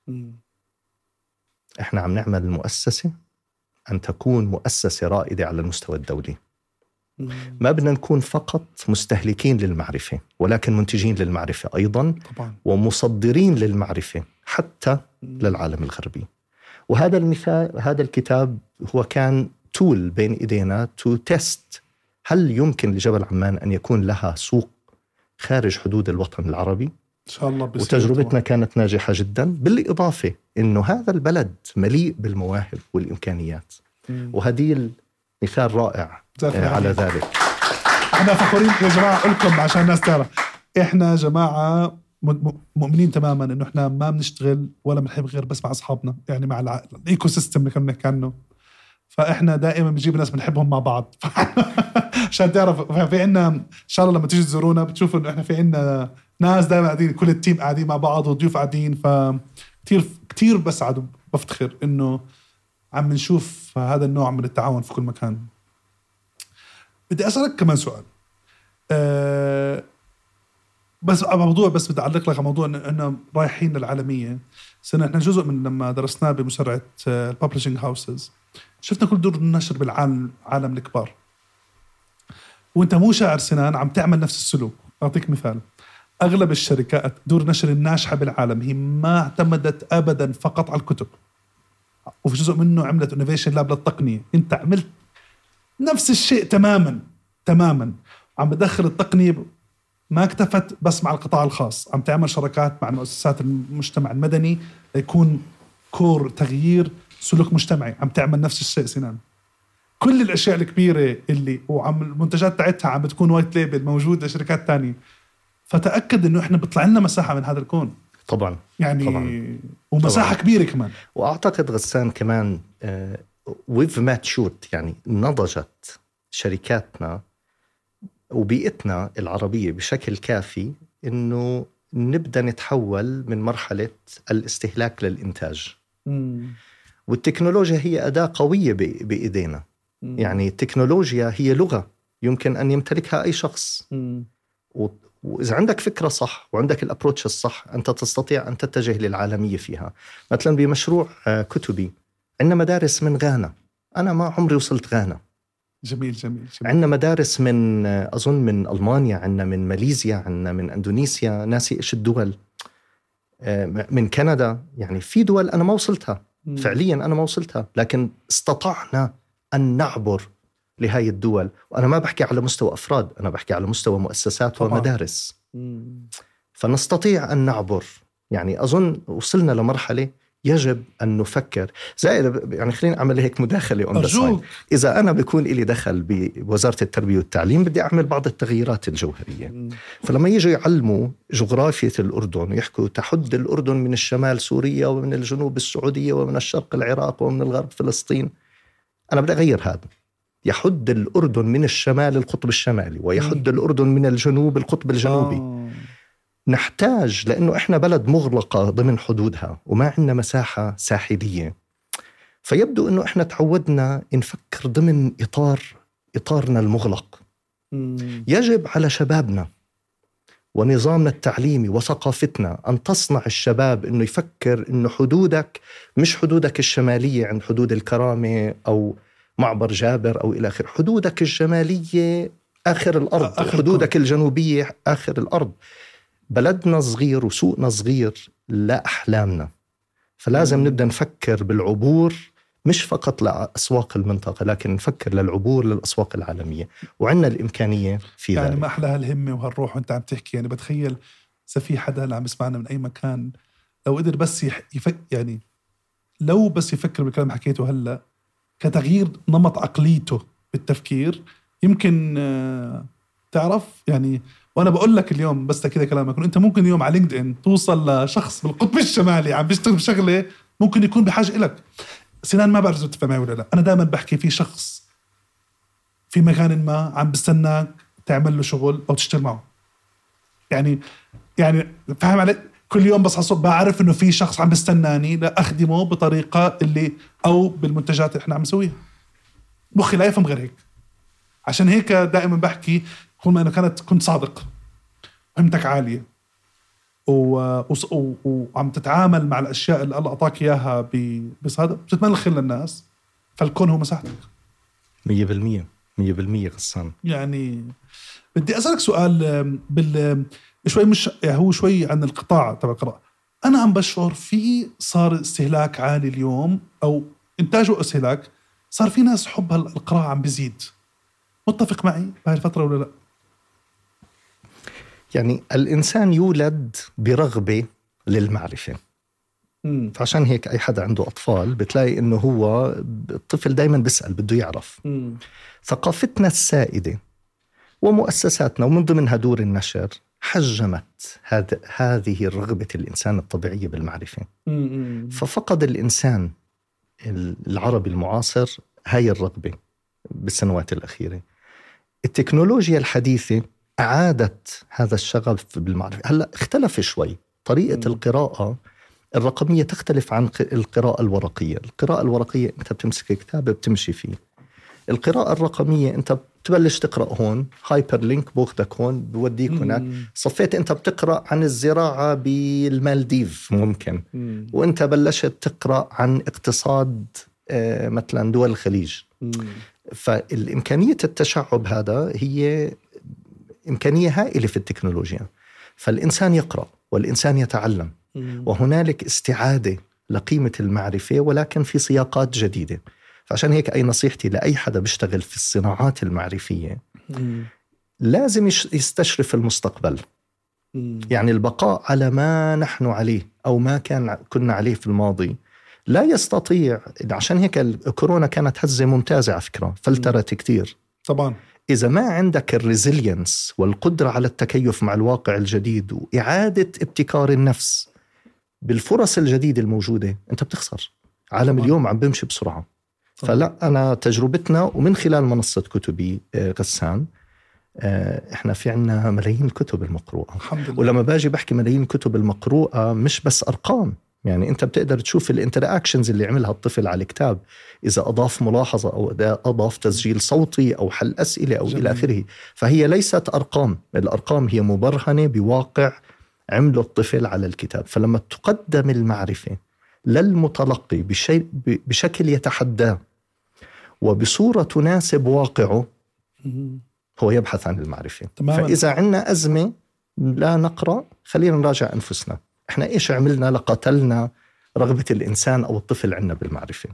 احنا عم نعمل مؤسسة أن تكون مؤسسة رائدة على المستوى الدولي. ما بدنا نكون فقط مستهلكين للمعرفة، ولكن منتجين للمعرفة أيضا طبعا. ومصدرين للمعرفة حتى للعالم الغربي. وهذا المثال، هذا الكتاب هو كان تول بين إيدينا to test هل يمكن لجبل عمان أن يكون لها سوق خارج حدود الوطن العربي. إن شاء الله. وتجربتنا كانت ناجحة جدا، بالإضافة إنه هذا البلد مليء بالمواهب والإمكانيات. وهديل مثال رائع على ذلك. احنا فخورين يا جماعة لكم، عشان الناس تعرف احنا جماعة مؤمنين تماما انه احنا ما بنشتغل ولا بنحب غير بس مع اصحابنا، يعني مع الايكو سيستم اللي كنا بنحكي عنه. فاحنا دائما بنجيب ناس بنحبهم مع بعض عشان تعرف في عنا ان شاء الله لما تيجي تزورونا بتشوفوا انه احنا في عنا ناس دائما قاعدين، كل التيم قاعدين مع بعض وضيوف قاعدين. فكتير كتير بسعد وبفتخر انه عم نشوف هذا النوع من التعاون في كل مكان. بدي أسألك كمان سؤال، بس موضوع بس بدي أعلق لك على موضوع إنه رايحين للعالمية. سنة إحنا جزء من لما درسناه بمسرعة الببلشنج هاوسز، شفنا كل دور النشر بالعالم الكبار، وإنت مو شاعر سنان عم تعمل نفس السلوك. أعطيك مثال، أغلب الشركات دور نشر الناجحة بالعالم هي ما اعتمدت أبدا فقط على الكتب، وفي جزء منه عملت انوفيشن لاب للتقنية. أنت عملت نفس الشيء تماما عم بدخل التقنية، ما اكتفت بس مع القطاع الخاص، عم تعمل شراكات مع مؤسسات المجتمع المدني ليكون كور تغيير سلوك مجتمعي. عم تعمل نفس الشيء سنان. كل الأشياء الكبيرة اللي وعم المنتجات تاعتها عم بتكون وايت ليبل موجود لشركات تانية. فتأكد إنه إحنا بيطلع لنا مساحة من هذا الكون طبعا يعني طبعاً. ومساحة طبعاً. كبيرة كمان. وأعتقد غسان كمان we've matured، يعني نضجت شركاتنا وبيئتنا العربية بشكل كافي إنه نبدأ نتحول من مرحلة الاستهلاك للإنتاج. والتكنولوجيا هي أداة قوية بإيدينا. يعني التكنولوجيا هي لغة يمكن أن يمتلكها أي شخص، وإذا عندك فكرة صح وعندك الأبروتش الصح أنت تستطيع أن تتجه للعالمية فيها. مثلا بمشروع كتبي عندنا مدارس من غانا، أنا ما عمري وصلت غانا. جميل. عندنا مدارس من أظن من ألمانيا، عندنا من ماليزيا، عندنا من أندونيسيا، ناسي إيش الدول، من كندا. يعني في دول أنا ما وصلتها فعليا، أنا ما وصلتها، لكن استطعنا أن نعبر لهاي الدول. وأنا ما بحكي على مستوى أفراد، أنا بحكي على مستوى مؤسسات طبعا. ومدارس. فنستطيع أن نعبر. يعني أظن وصلنا لمرحلة يجب أن نفكر زائد. يعني خليني أعمل هيك مداخلة إذا أنا بيكون إلي دخل بوزارة التربية والتعليم بدي أعمل بعض التغييرات الجوهرية. فلما يجوا يعلموا جغرافية الأردن ويحكوا تحد الأردن من الشمال سوريا ومن الجنوب السعودية ومن الشرق العراق ومن الغرب فلسطين، أنا بدي أغير هذا. يحد الأردن من الشمال القطب الشمالي ويحد الأردن من الجنوب القطب الجنوبي. نحتاج، لأنه إحنا بلد مغلقة ضمن حدودها وما عندنا مساحة ساحلية، فيبدو أنه إحنا تعودنا نفكر ضمن إطارنا المغلق. يجب على شبابنا ونظامنا التعليمي وثقافتنا أن تصنع الشباب أنه يفكر أنه حدودك مش حدودك الشمالية عند حدود الكرامة أو معبر جابر أو إلى آخر، حدودك الشمالية آخر الأرض، حدودك الجنوبية آخر الأرض. بلدنا صغير وسوقنا صغير، لا أحلامنا، فلازم نبدأ نفكر بالعبور مش فقط لأسواق المنطقة، لكن نفكر للعبور للأسواق العالمية، وعندنا الإمكانية في ذلك. يعني ما أحلى هالهمة وهالروح وانت عم تحكي. يعني بتخيل إذا في حدا اللي عم يسمعنا من أي مكان لو قدر بس يعني لو بس يفكر بالكلام حكيته هلأ كتغيير نمط عقليته بالتفكير، يمكن تعرف يعني. وأنا بقول لك اليوم بس كده كلامك، أنت ممكن اليوم على لينكد إن توصل لشخص بالقطب الشمالي عم بيشتغل بشغلة ممكن يكون بحاجة إلك. سنان ما بعرف إذا تفهم معي ولا لا، أنا دائما بحكي في شخص في مكان ما عم بستناك تعمل له شغل أو تشتغل معه. يعني فاهم علي؟ كل يوم بس حصل بعرف إنه في شخص عم بستناني لأخدمه بطريقة اللي أو بالمنتجات اللي إحنا عم نسويها. مخي لا يفهم غير هيك. عشان هيك دائما بحكي كل ما أنا كنت صادق، فهمتك عالية، وعم تتعامل مع الأشياء اللي الله أعطاك إياها بصدق، بتتمنى الخير للناس، فالكون هو مساحتك 100% غسان. يعني بدي أسألك سؤال شوي مش يعني هو شوي عن القطاع تبع القراءة. أنا عم بشعر في صار استهلاك عالي اليوم، أو إنتاج واستهلاك، صار في ناس حب القراءة عم بيزيد. متفق معي بهاي الفترة ولا لا؟ يعني الإنسان يولد برغبة للمعرفة. فعشان هيك أي حدا عنده أطفال بتلاقي إنه هو الطفل دايما بيسأل، بده يعرف. ثقافتنا السائدة ومؤسساتنا ومن ضمنها دور النشر حجمت هذه الرغبة الإنسان الطبيعية بالمعرفة. ففقد الإنسان العربي المعاصر هاي الرغبة بالسنوات الأخيرة. التكنولوجيا الحديثة أعادت هذا الشغف بالمعرفة. هلأ اختلف شوي طريقة القراءة الرقمية، تختلف عن القراءة الورقية. القراءة الورقية أنت بتمسك كتاب بتمشي فيه. القراءة الرقمية أنت بتبلش تقرأ هون، هايبر لينك بوخدك هون بوديك هناك. صفيت أنت بتقرأ عن الزراعة بالمالديف ممكن، وأنت بلشت تقرأ عن اقتصاد مثلا دول الخليج. فالإمكانية التشعب هذا هي إمكانية هائلة في التكنولوجيا. فالإنسان يقرأ والإنسان يتعلم، وهنالك استعادة لقيمة المعرفة ولكن في سياقات جديدة. فعشان هيك أي نصيحتي لأي حدا بيشتغل في الصناعات المعرفية لازم يستشرف المستقبل. يعني البقاء على ما نحن عليه أو ما كنا عليه في الماضي لا يستطيع. عشان هيك الكورونا كانت هزة ممتازة على فكرة، فلترت كتير طبعا. إذا ما عندك الريزيلينس والقدرة على التكيف مع الواقع الجديد وإعادة ابتكار النفس بالفرص الجديدة الموجودة، أنت بتخسر. عالم اليوم عم بيمشي بسرعة. فلا، أنا تجربتنا ومن خلال منصة كتبي غسان، إحنا في عنا ملايين الكتب المقروءة. ولما باجي بحكي ملايين الكتب المقروءة مش بس أرقام، يعني أنت بتقدر تشوف الانتراكشنز اللي عملها الطفل على الكتاب، إذا أضاف ملاحظة أو أضاف تسجيل صوتي أو حل أسئلة أو إلى آخره. فهي ليست أرقام، الأرقام هي مبرهنة بواقع عمله الطفل على الكتاب. فلما تقدم المعرفة للمتلقي بشكل يتحداه وبصورة تناسب واقعه، هو يبحث عن المعرفة. فإذا عنا أزمة لا نقرأ، خلينا نراجع أنفسنا، إحنا إيش عملنا لقتلنا رغبة الإنسان أو الطفل عنا بالمعرفة.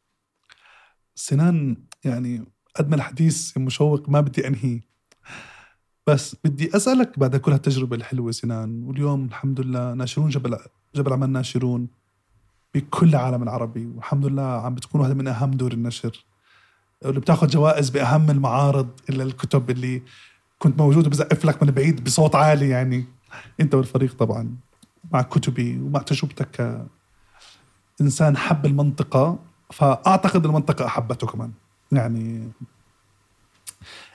سنان، يعني قد ما الحديث مشوق ما بدي أنهي، بس بدي أسألك بعد كل هالتجربة الحلوة سنان، واليوم الحمد لله ناشرون جبل عمان ناشرون بكل العالم العربي، والحمد لله عم بتكون واحدة من أهم دور النشر اللي بتاخد جوائز بأهم المعارض إلا الكتب اللي كنت موجود وبزقف لك من بعيد بصوت عالي. يعني أنت والفريق طبعا مع كتبي ومع تجربتك كإنسان حب المنطقة، فأعتقد المنطقة أحبته كمان. يعني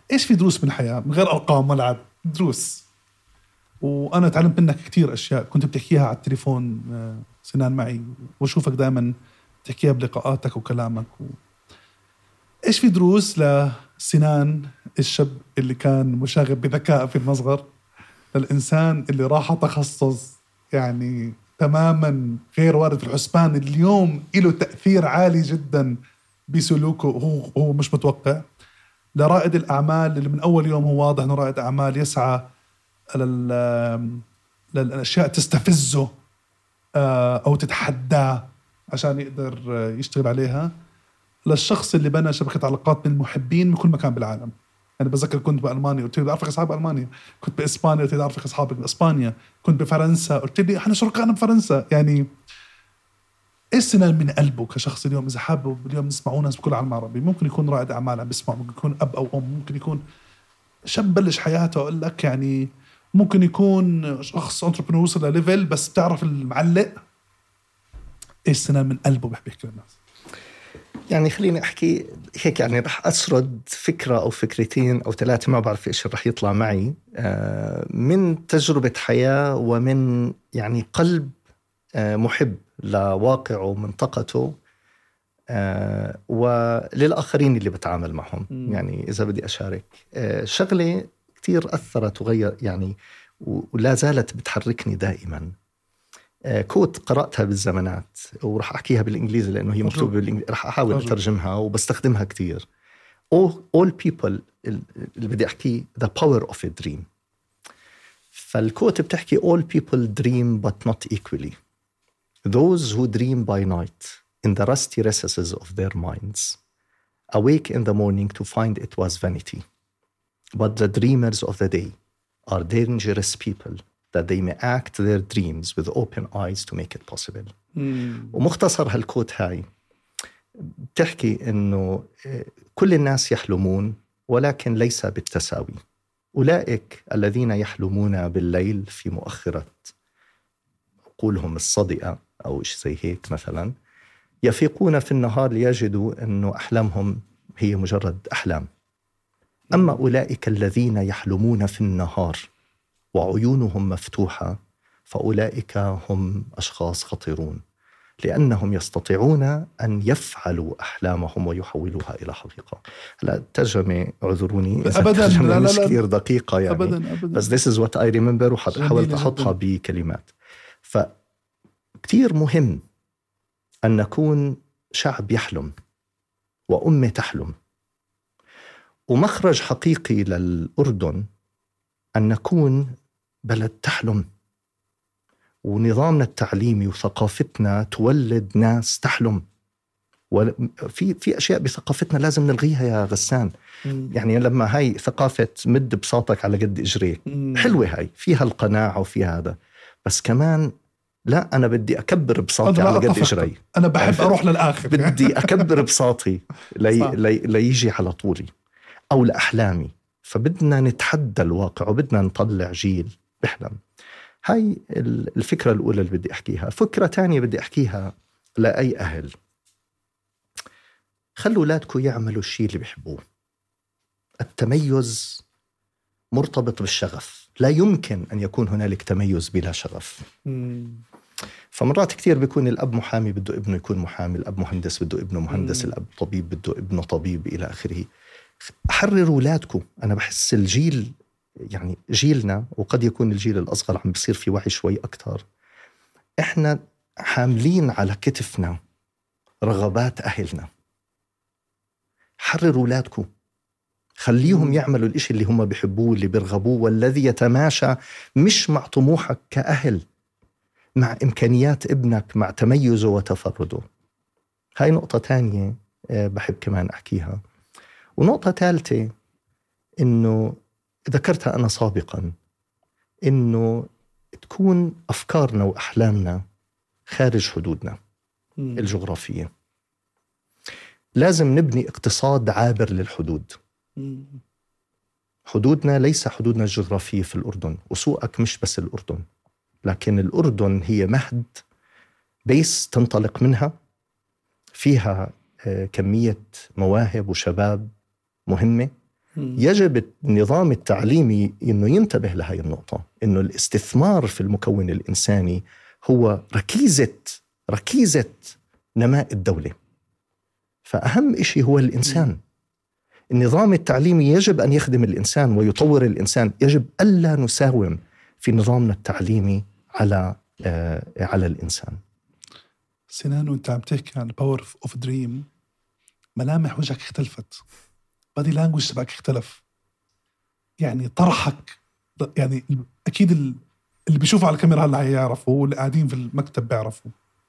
إيش في دروس من الحياة من غير أرقام ملعب دروس؟ وأنا تعلمت منك كتير أشياء كنت بتحكيها على التليفون سنان معي، وأشوفك دائما تحكيها بلقاءاتك وكلامك إيش في دروس لسنان الشاب اللي كان مشاغب بذكاء في المصغر، للإنسان اللي راح تخصص يعني تماما غير وارد في الحسبان، اليوم له تأثير عالي جدا بسلوكه، هو مش متوقع، لرائد الأعمال اللي من أول يوم هو واضح أنه رائد أعمال يسعى للأشياء تستفزه أو تتحداه عشان يقدر يشتغل عليها، للشخص اللي بنى شبكة علاقات من المحبين من كل مكان بالعالم. أنا بذكر كنت بألمانيا قلت لي أعرفك أصحاب ألمانيا، كنت بإسبانيا قلت لي أعرفك أصحابك بإسبانيا، كنت بفرنسا قلت لي إحنا شركائنا بفرنسا. يعني إيش سنان من قلبه كشخص اليوم إذا حابب اليوم نسمعونا ناس بكل العالم العربي، ممكن يكون رائد أعمال عم بيسمع، ممكن يكون أب أو أم، ممكن يكون شاب بلش حياته أقول لك، يعني ممكن يكون شخص انتربرنور وصل لليفل، بس بتعرف المعلق إيش سنان من قلبه بيحب يحكي للناس. يعني خليني أحكي هيك، يعني رح أسرد فكرة أو فكرتين أو ثلاثة، ما بعرف إيش رح يطلع معي من تجربة حياة ومن يعني قلب محب لواقعه ومنطقته وللآخرين اللي بتعامل معهم. يعني إذا بدي أشارك شغلة كتير أثرت وغير يعني ولا زالت بتحركني دائما، كوت قرأتها بالزمانات ورح أحكيها بالإنجليزي لأنه هي مكتوبة بالإنجليزي، رح أحاول أترجمها وبستخدمها كتير. all people اللي بدي أحكي the power of a dream. فالكوت بتحكي all people dream but not equally. Those who dream by night in the rusty recesses of their minds awake in the morning to find it was vanity. But the dreamers of the day are dangerous people that they may act their dreams with open eyes to make it possible. ومختصر هالكوت هاي بتحكي إنه كل الناس يحلمون ولكن ليس بالتساوي. أولئك الذين يحلمون بالليل في مؤخرة عقولهم الصدئة أو إيش زي هيك مثلا، يفيقون في النهار ليجدوا أنه أحلامهم هي مجرد أحلام. أما أولئك الذين يحلمون في النهار وعيونهم مفتوحة فأولئك هم أشخاص خطيرون، لأنهم يستطيعون أن يفعلوا أحلامهم ويحولوها إلى حقيقة. لا ترجمة اعذروني أبداً لا مش كثير دقيقة يعني أبداً. بس this is what I remember وحاولت أحطها بكلمات. فكتير مهم أن نكون شعب يحلم وأمة تحلم، ومخرج حقيقي للأردن أن نكون بلد تحلم، ونظامنا التعليمي وثقافتنا تولد ناس تحلم. وفي أشياء بثقافتنا لازم نلغيها يا غسان. يعني لما هاي ثقافة مد بساطك على قد إجريك حلوة، هاي فيها القناعة وفيها هذا، بس كمان لا، أنا بدي أكبر بساطي على قد إجري. أنا بحب أروح للآخر بدي أكبر بساطي ليجي على طولي أو لأحلامي. فبدنا نتحدى الواقع وبدنا نطلع جيل بحلم. هاي الفكرة الأولى اللي بدي أحكيها. فكرة تانية بدي أحكيها لأي أهل: خلوا أولادكم يعملوا الشيء اللي بيحبوه. التميز مرتبط بالشغف، لا يمكن أن يكون هنالك تميز بلا شغف. فمرات كتير بيكون الأب محامي بده ابنه يكون محامي، الأب مهندس بده ابنه مهندس، الأب طبيب بده ابنه طبيب إلى آخره. حرروا أولادكم. أنا بحس الجيل يعني جيلنا، وقد يكون الجيل الأصغر عم بيصير في وعي شوي أكتر، إحنا حاملين على كتفنا رغبات أهلنا. حرروا أولادكم، خليهم يعملوا الإشي اللي هم بيحبوه اللي بيرغبوه والذي يتماشى مش مع طموحك كأهل، مع إمكانيات ابنك، مع تميزه وتفرده. هاي نقطة تانية بحب كمان أحكيها. ونقطة ثالثة إنه ذكرتها أنا سابقا، إنه تكون أفكارنا وأحلامنا خارج حدودنا الجغرافية. لازم نبني اقتصاد عابر للحدود. حدودنا ليس حدودنا الجغرافية في الأردن، وسوقك مش بس الأردن، لكن الأردن هي مهد بيس تنطلق منها، فيها كمية مواهب وشباب مهمة، يجب النظام التعليمي إنه ينتبه لهذه النقطة، إنه الاستثمار في المكون الإنساني هو ركيزة نماء الدولة. فأهم إشي هو الإنسان. النظام التعليمي يجب أن يخدم الإنسان ويطور الإنسان. يجب ألا نساوم في نظامنا التعليمي على الإنسان. سنان، وانت عم تحكي عن Power of Dream، ملامح وجهك اختلفت، body language تبعك اختلف، يعني طرحك، يعني أكيد اللي بيشوفوا على الكاميرا هلا هيعرفوا، واللي قاعدين في المكتب بيعرفوا.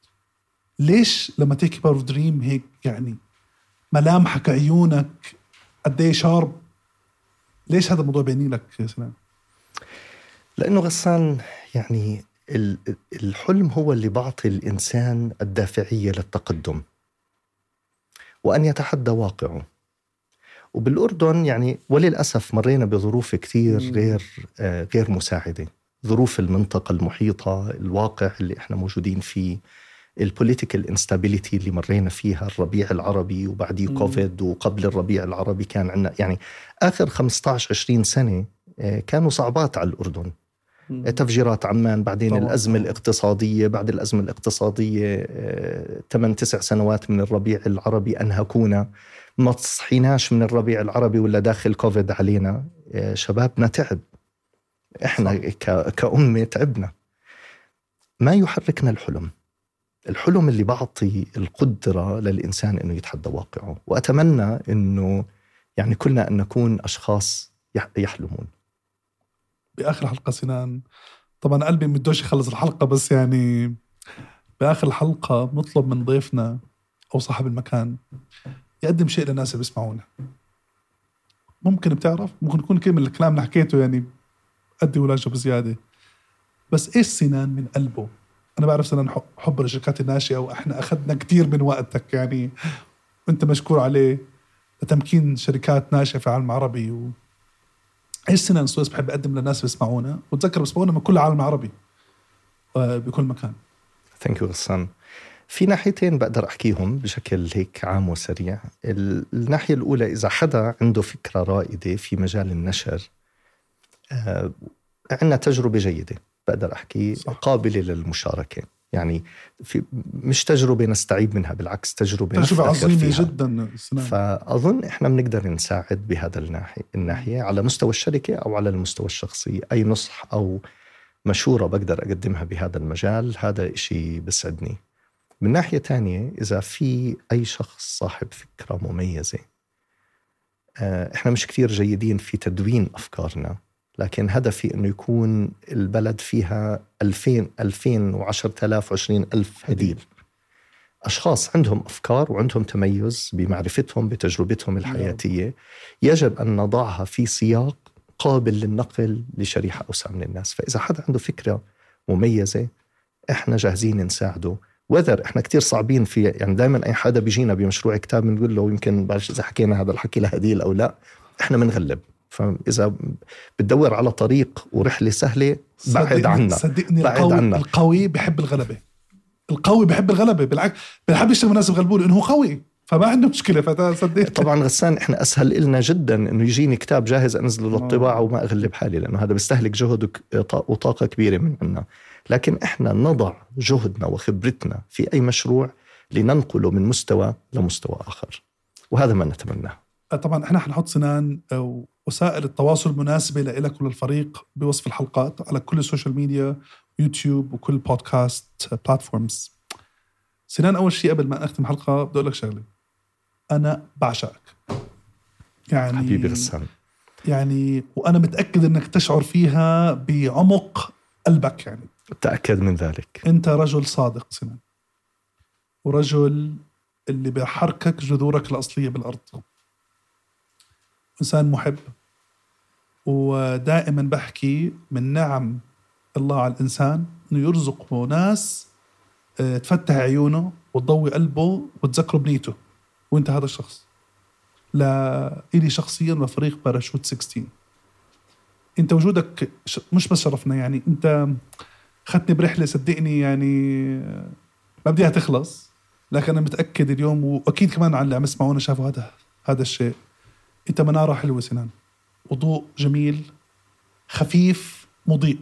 ليش لما تحكي Power of Dream هيك يعني ملامحك، عيونك قد ايه شارب؟ ليش هذا الموضوع بيني لك يا سنان؟ لأنه غسان، يعني الحلم هو اللي بعطي الإنسان الدافعية للتقدم وأن يتحدى واقعه. وبالأردن يعني وللأسف مرينا بظروف كتير غير مساعدة، ظروف المنطقة المحيطة، الواقع اللي احنا موجودين فيه، البوليتيكال انستابيليتي اللي مرينا فيها، الربيع العربي وبعديه كوفيد، وقبل الربيع العربي كان عندنا يعني آخر 15-20 سنة كانوا صعبات على الأردن. تفجيرات عمان، بعدين الأزمة الاقتصادية، بعد الأزمة الاقتصادية 8-9 سنوات من الربيع العربي أنهكونا، ما تصحيناش من الربيع العربي ولا داخل كوفيد علينا. شبابنا تعب، إحنا كأمة تعبنا. ما يحركنا الحلم اللي بعطي القدرة للإنسان إنه يتحدى واقعه. وأتمنى إنه يعني كلنا أن نكون أشخاص يحلمون. بآخر حلقة سنان، طبعا قلبي مدوش يخلص الحلقة، بس يعني بآخر الحلقة نطلب من ضيفنا أو صاحب المكان يقدم شيء للناس اللي بيسمعونا. ممكن بتعرف، ممكن يكون كلمة الكلام اللي حكيته يعني أدي ولاجه بزيادة، بس إيش سنان من قلبه؟ أنا بعرف سنان حب الشركات الناشئة، وإحنا أخذنا كتير من وقتك يعني، وأنت مشكور عليه، لتمكين شركات ناشئة في العالم العربي. إيش سنان سويس بحب أقدم للناس اللي بيسمعونا، وتذكر بيسمعونا من كل العالم العربي بكل مكان. Thank you غسان. في ناحيتين بقدر أحكيهم بشكل هيك عام وسريع. الناحية الأولى، إذا حدا عنده فكرة رائدة في مجال النشر، عندنا تجربة جيدة بقدر أحكي، قابلة للمشاركة. يعني مش تجربة نستعيب منها، بالعكس تجربة عظيمة جدا. فأظن إحنا بنقدر نساعد بهذا الناحية على مستوى الشركة أو على المستوى الشخصي. أي نصح أو مشورة بقدر أقدمها بهذا المجال، هذا إشي بسعدني. من ناحية تانية، إذا في أي شخص صاحب فكرة مميزة، إحنا مش كتير جيدين في تدوين أفكارنا، لكن هدفي أنه يكون البلد فيها 2000 و10,000 و20,000 هديل، أشخاص عندهم أفكار وعندهم تميز بمعرفتهم بتجربتهم الحياتية، يجب أن نضعها في سياق قابل للنقل لشريحة أوسع من الناس. فإذا حدا عنده فكرة مميزة، إحنا جاهزين نساعده. وذر إحنا كتير صعبين في، يعني دائما أي حدا بيجينا بمشروع كتاب بنقول له، يمكن بعرفش إذا حكينا هذا الحكي لهديل أو لا، إحنا منغلب. فإذا بتدور على طريق ورحلة سهلة، بعد عنا. صدقني القوي بيحب الغلبة. القوي بيحب الغلبة، بالعكس بيحب يشتغل الناس بغلبوه لأنه هو قوي، فما عنده مشكلة. فصدقني طبعا غسان، إحنا أسهل إلنا جدا إنه يجيني كتاب جاهز أنزله للطباعة وما أغلب حالي، لأنه هذا بيستهلك جهد وطاقة كبيرة مننا. لكن إحنا نضع جهدنا وخبرتنا في أي مشروع لننقله من مستوى لمستوى آخر، وهذا ما نتمناه. طبعا إحنا حنحط سنان وسائل التواصل المناسبة لك وللفريق بوصف الحلقات على كل السوشيال ميديا، يوتيوب وكل بودكاست بلاتفورمز. سنان، أول شيء قبل ما نختم الحلقة بدي أقول لك شغلة، أنا بعشقك يعني حبيبي غسان، يعني وأنا متأكد أنك تشعر فيها بعمق قلبك، يعني تأكد من ذلك. أنت رجل صادق سنان، ورجل اللي بيحركك جذورك الأصلية بالأرض، إنسان محب. ودائما بحكي من نعم الله على الإنسان إنه يرزقه ناس تفتح عيونه وتضوي قلبه وتذكره بنيته، وانت هذا الشخص. لا إلي شخصيا وفريق باراشوت 16، انت وجودك مش بس شرفنا، يعني انت خدتني برحلة صدقني يعني ما بديها تخلص، لكن أنا متأكد اليوم، وأكيد كمان على اللي عم يسمعونا شافوا هذا الشيء، أنت منارة حلوة سنان، وضوء جميل خفيف مضيء،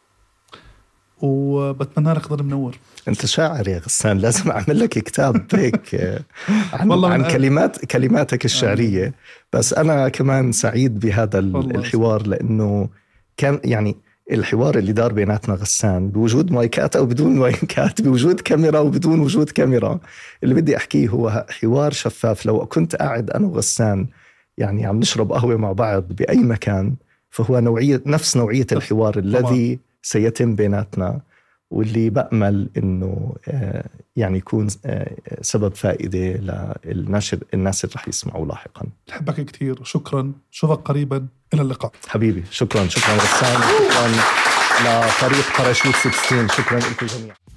وبتمنى لك ضل منور. أنت شاعر يا غسان، لازم أعمل لك كتاب هيك عن كلماتك الشعرية. بس أنا كمان سعيد بهذا الحوار، لأنه كان يعني الحوار اللي دار بيناتنا غسان بوجود مايكات أو بدون مايكات، بوجود كاميرا وبدون وجود كاميرا، اللي بدي أحكيه هو حوار شفاف. لو كنت قاعد أنا وغسان يعني عم نشرب قهوة مع بعض بأي مكان، فهو نفس نوعية الحوار الذي سيتم بيناتنا، واللي بأمل إنه يعني يكون سبب فائدة للناس اللي رح يسمعوا لاحقا. بحبك كتير، شكرا، شوفك قريبا، إلى اللقاء حبيبي. شكرا غسان، شكرا لفريق باراشوت 16، شكرا لكم جميعا.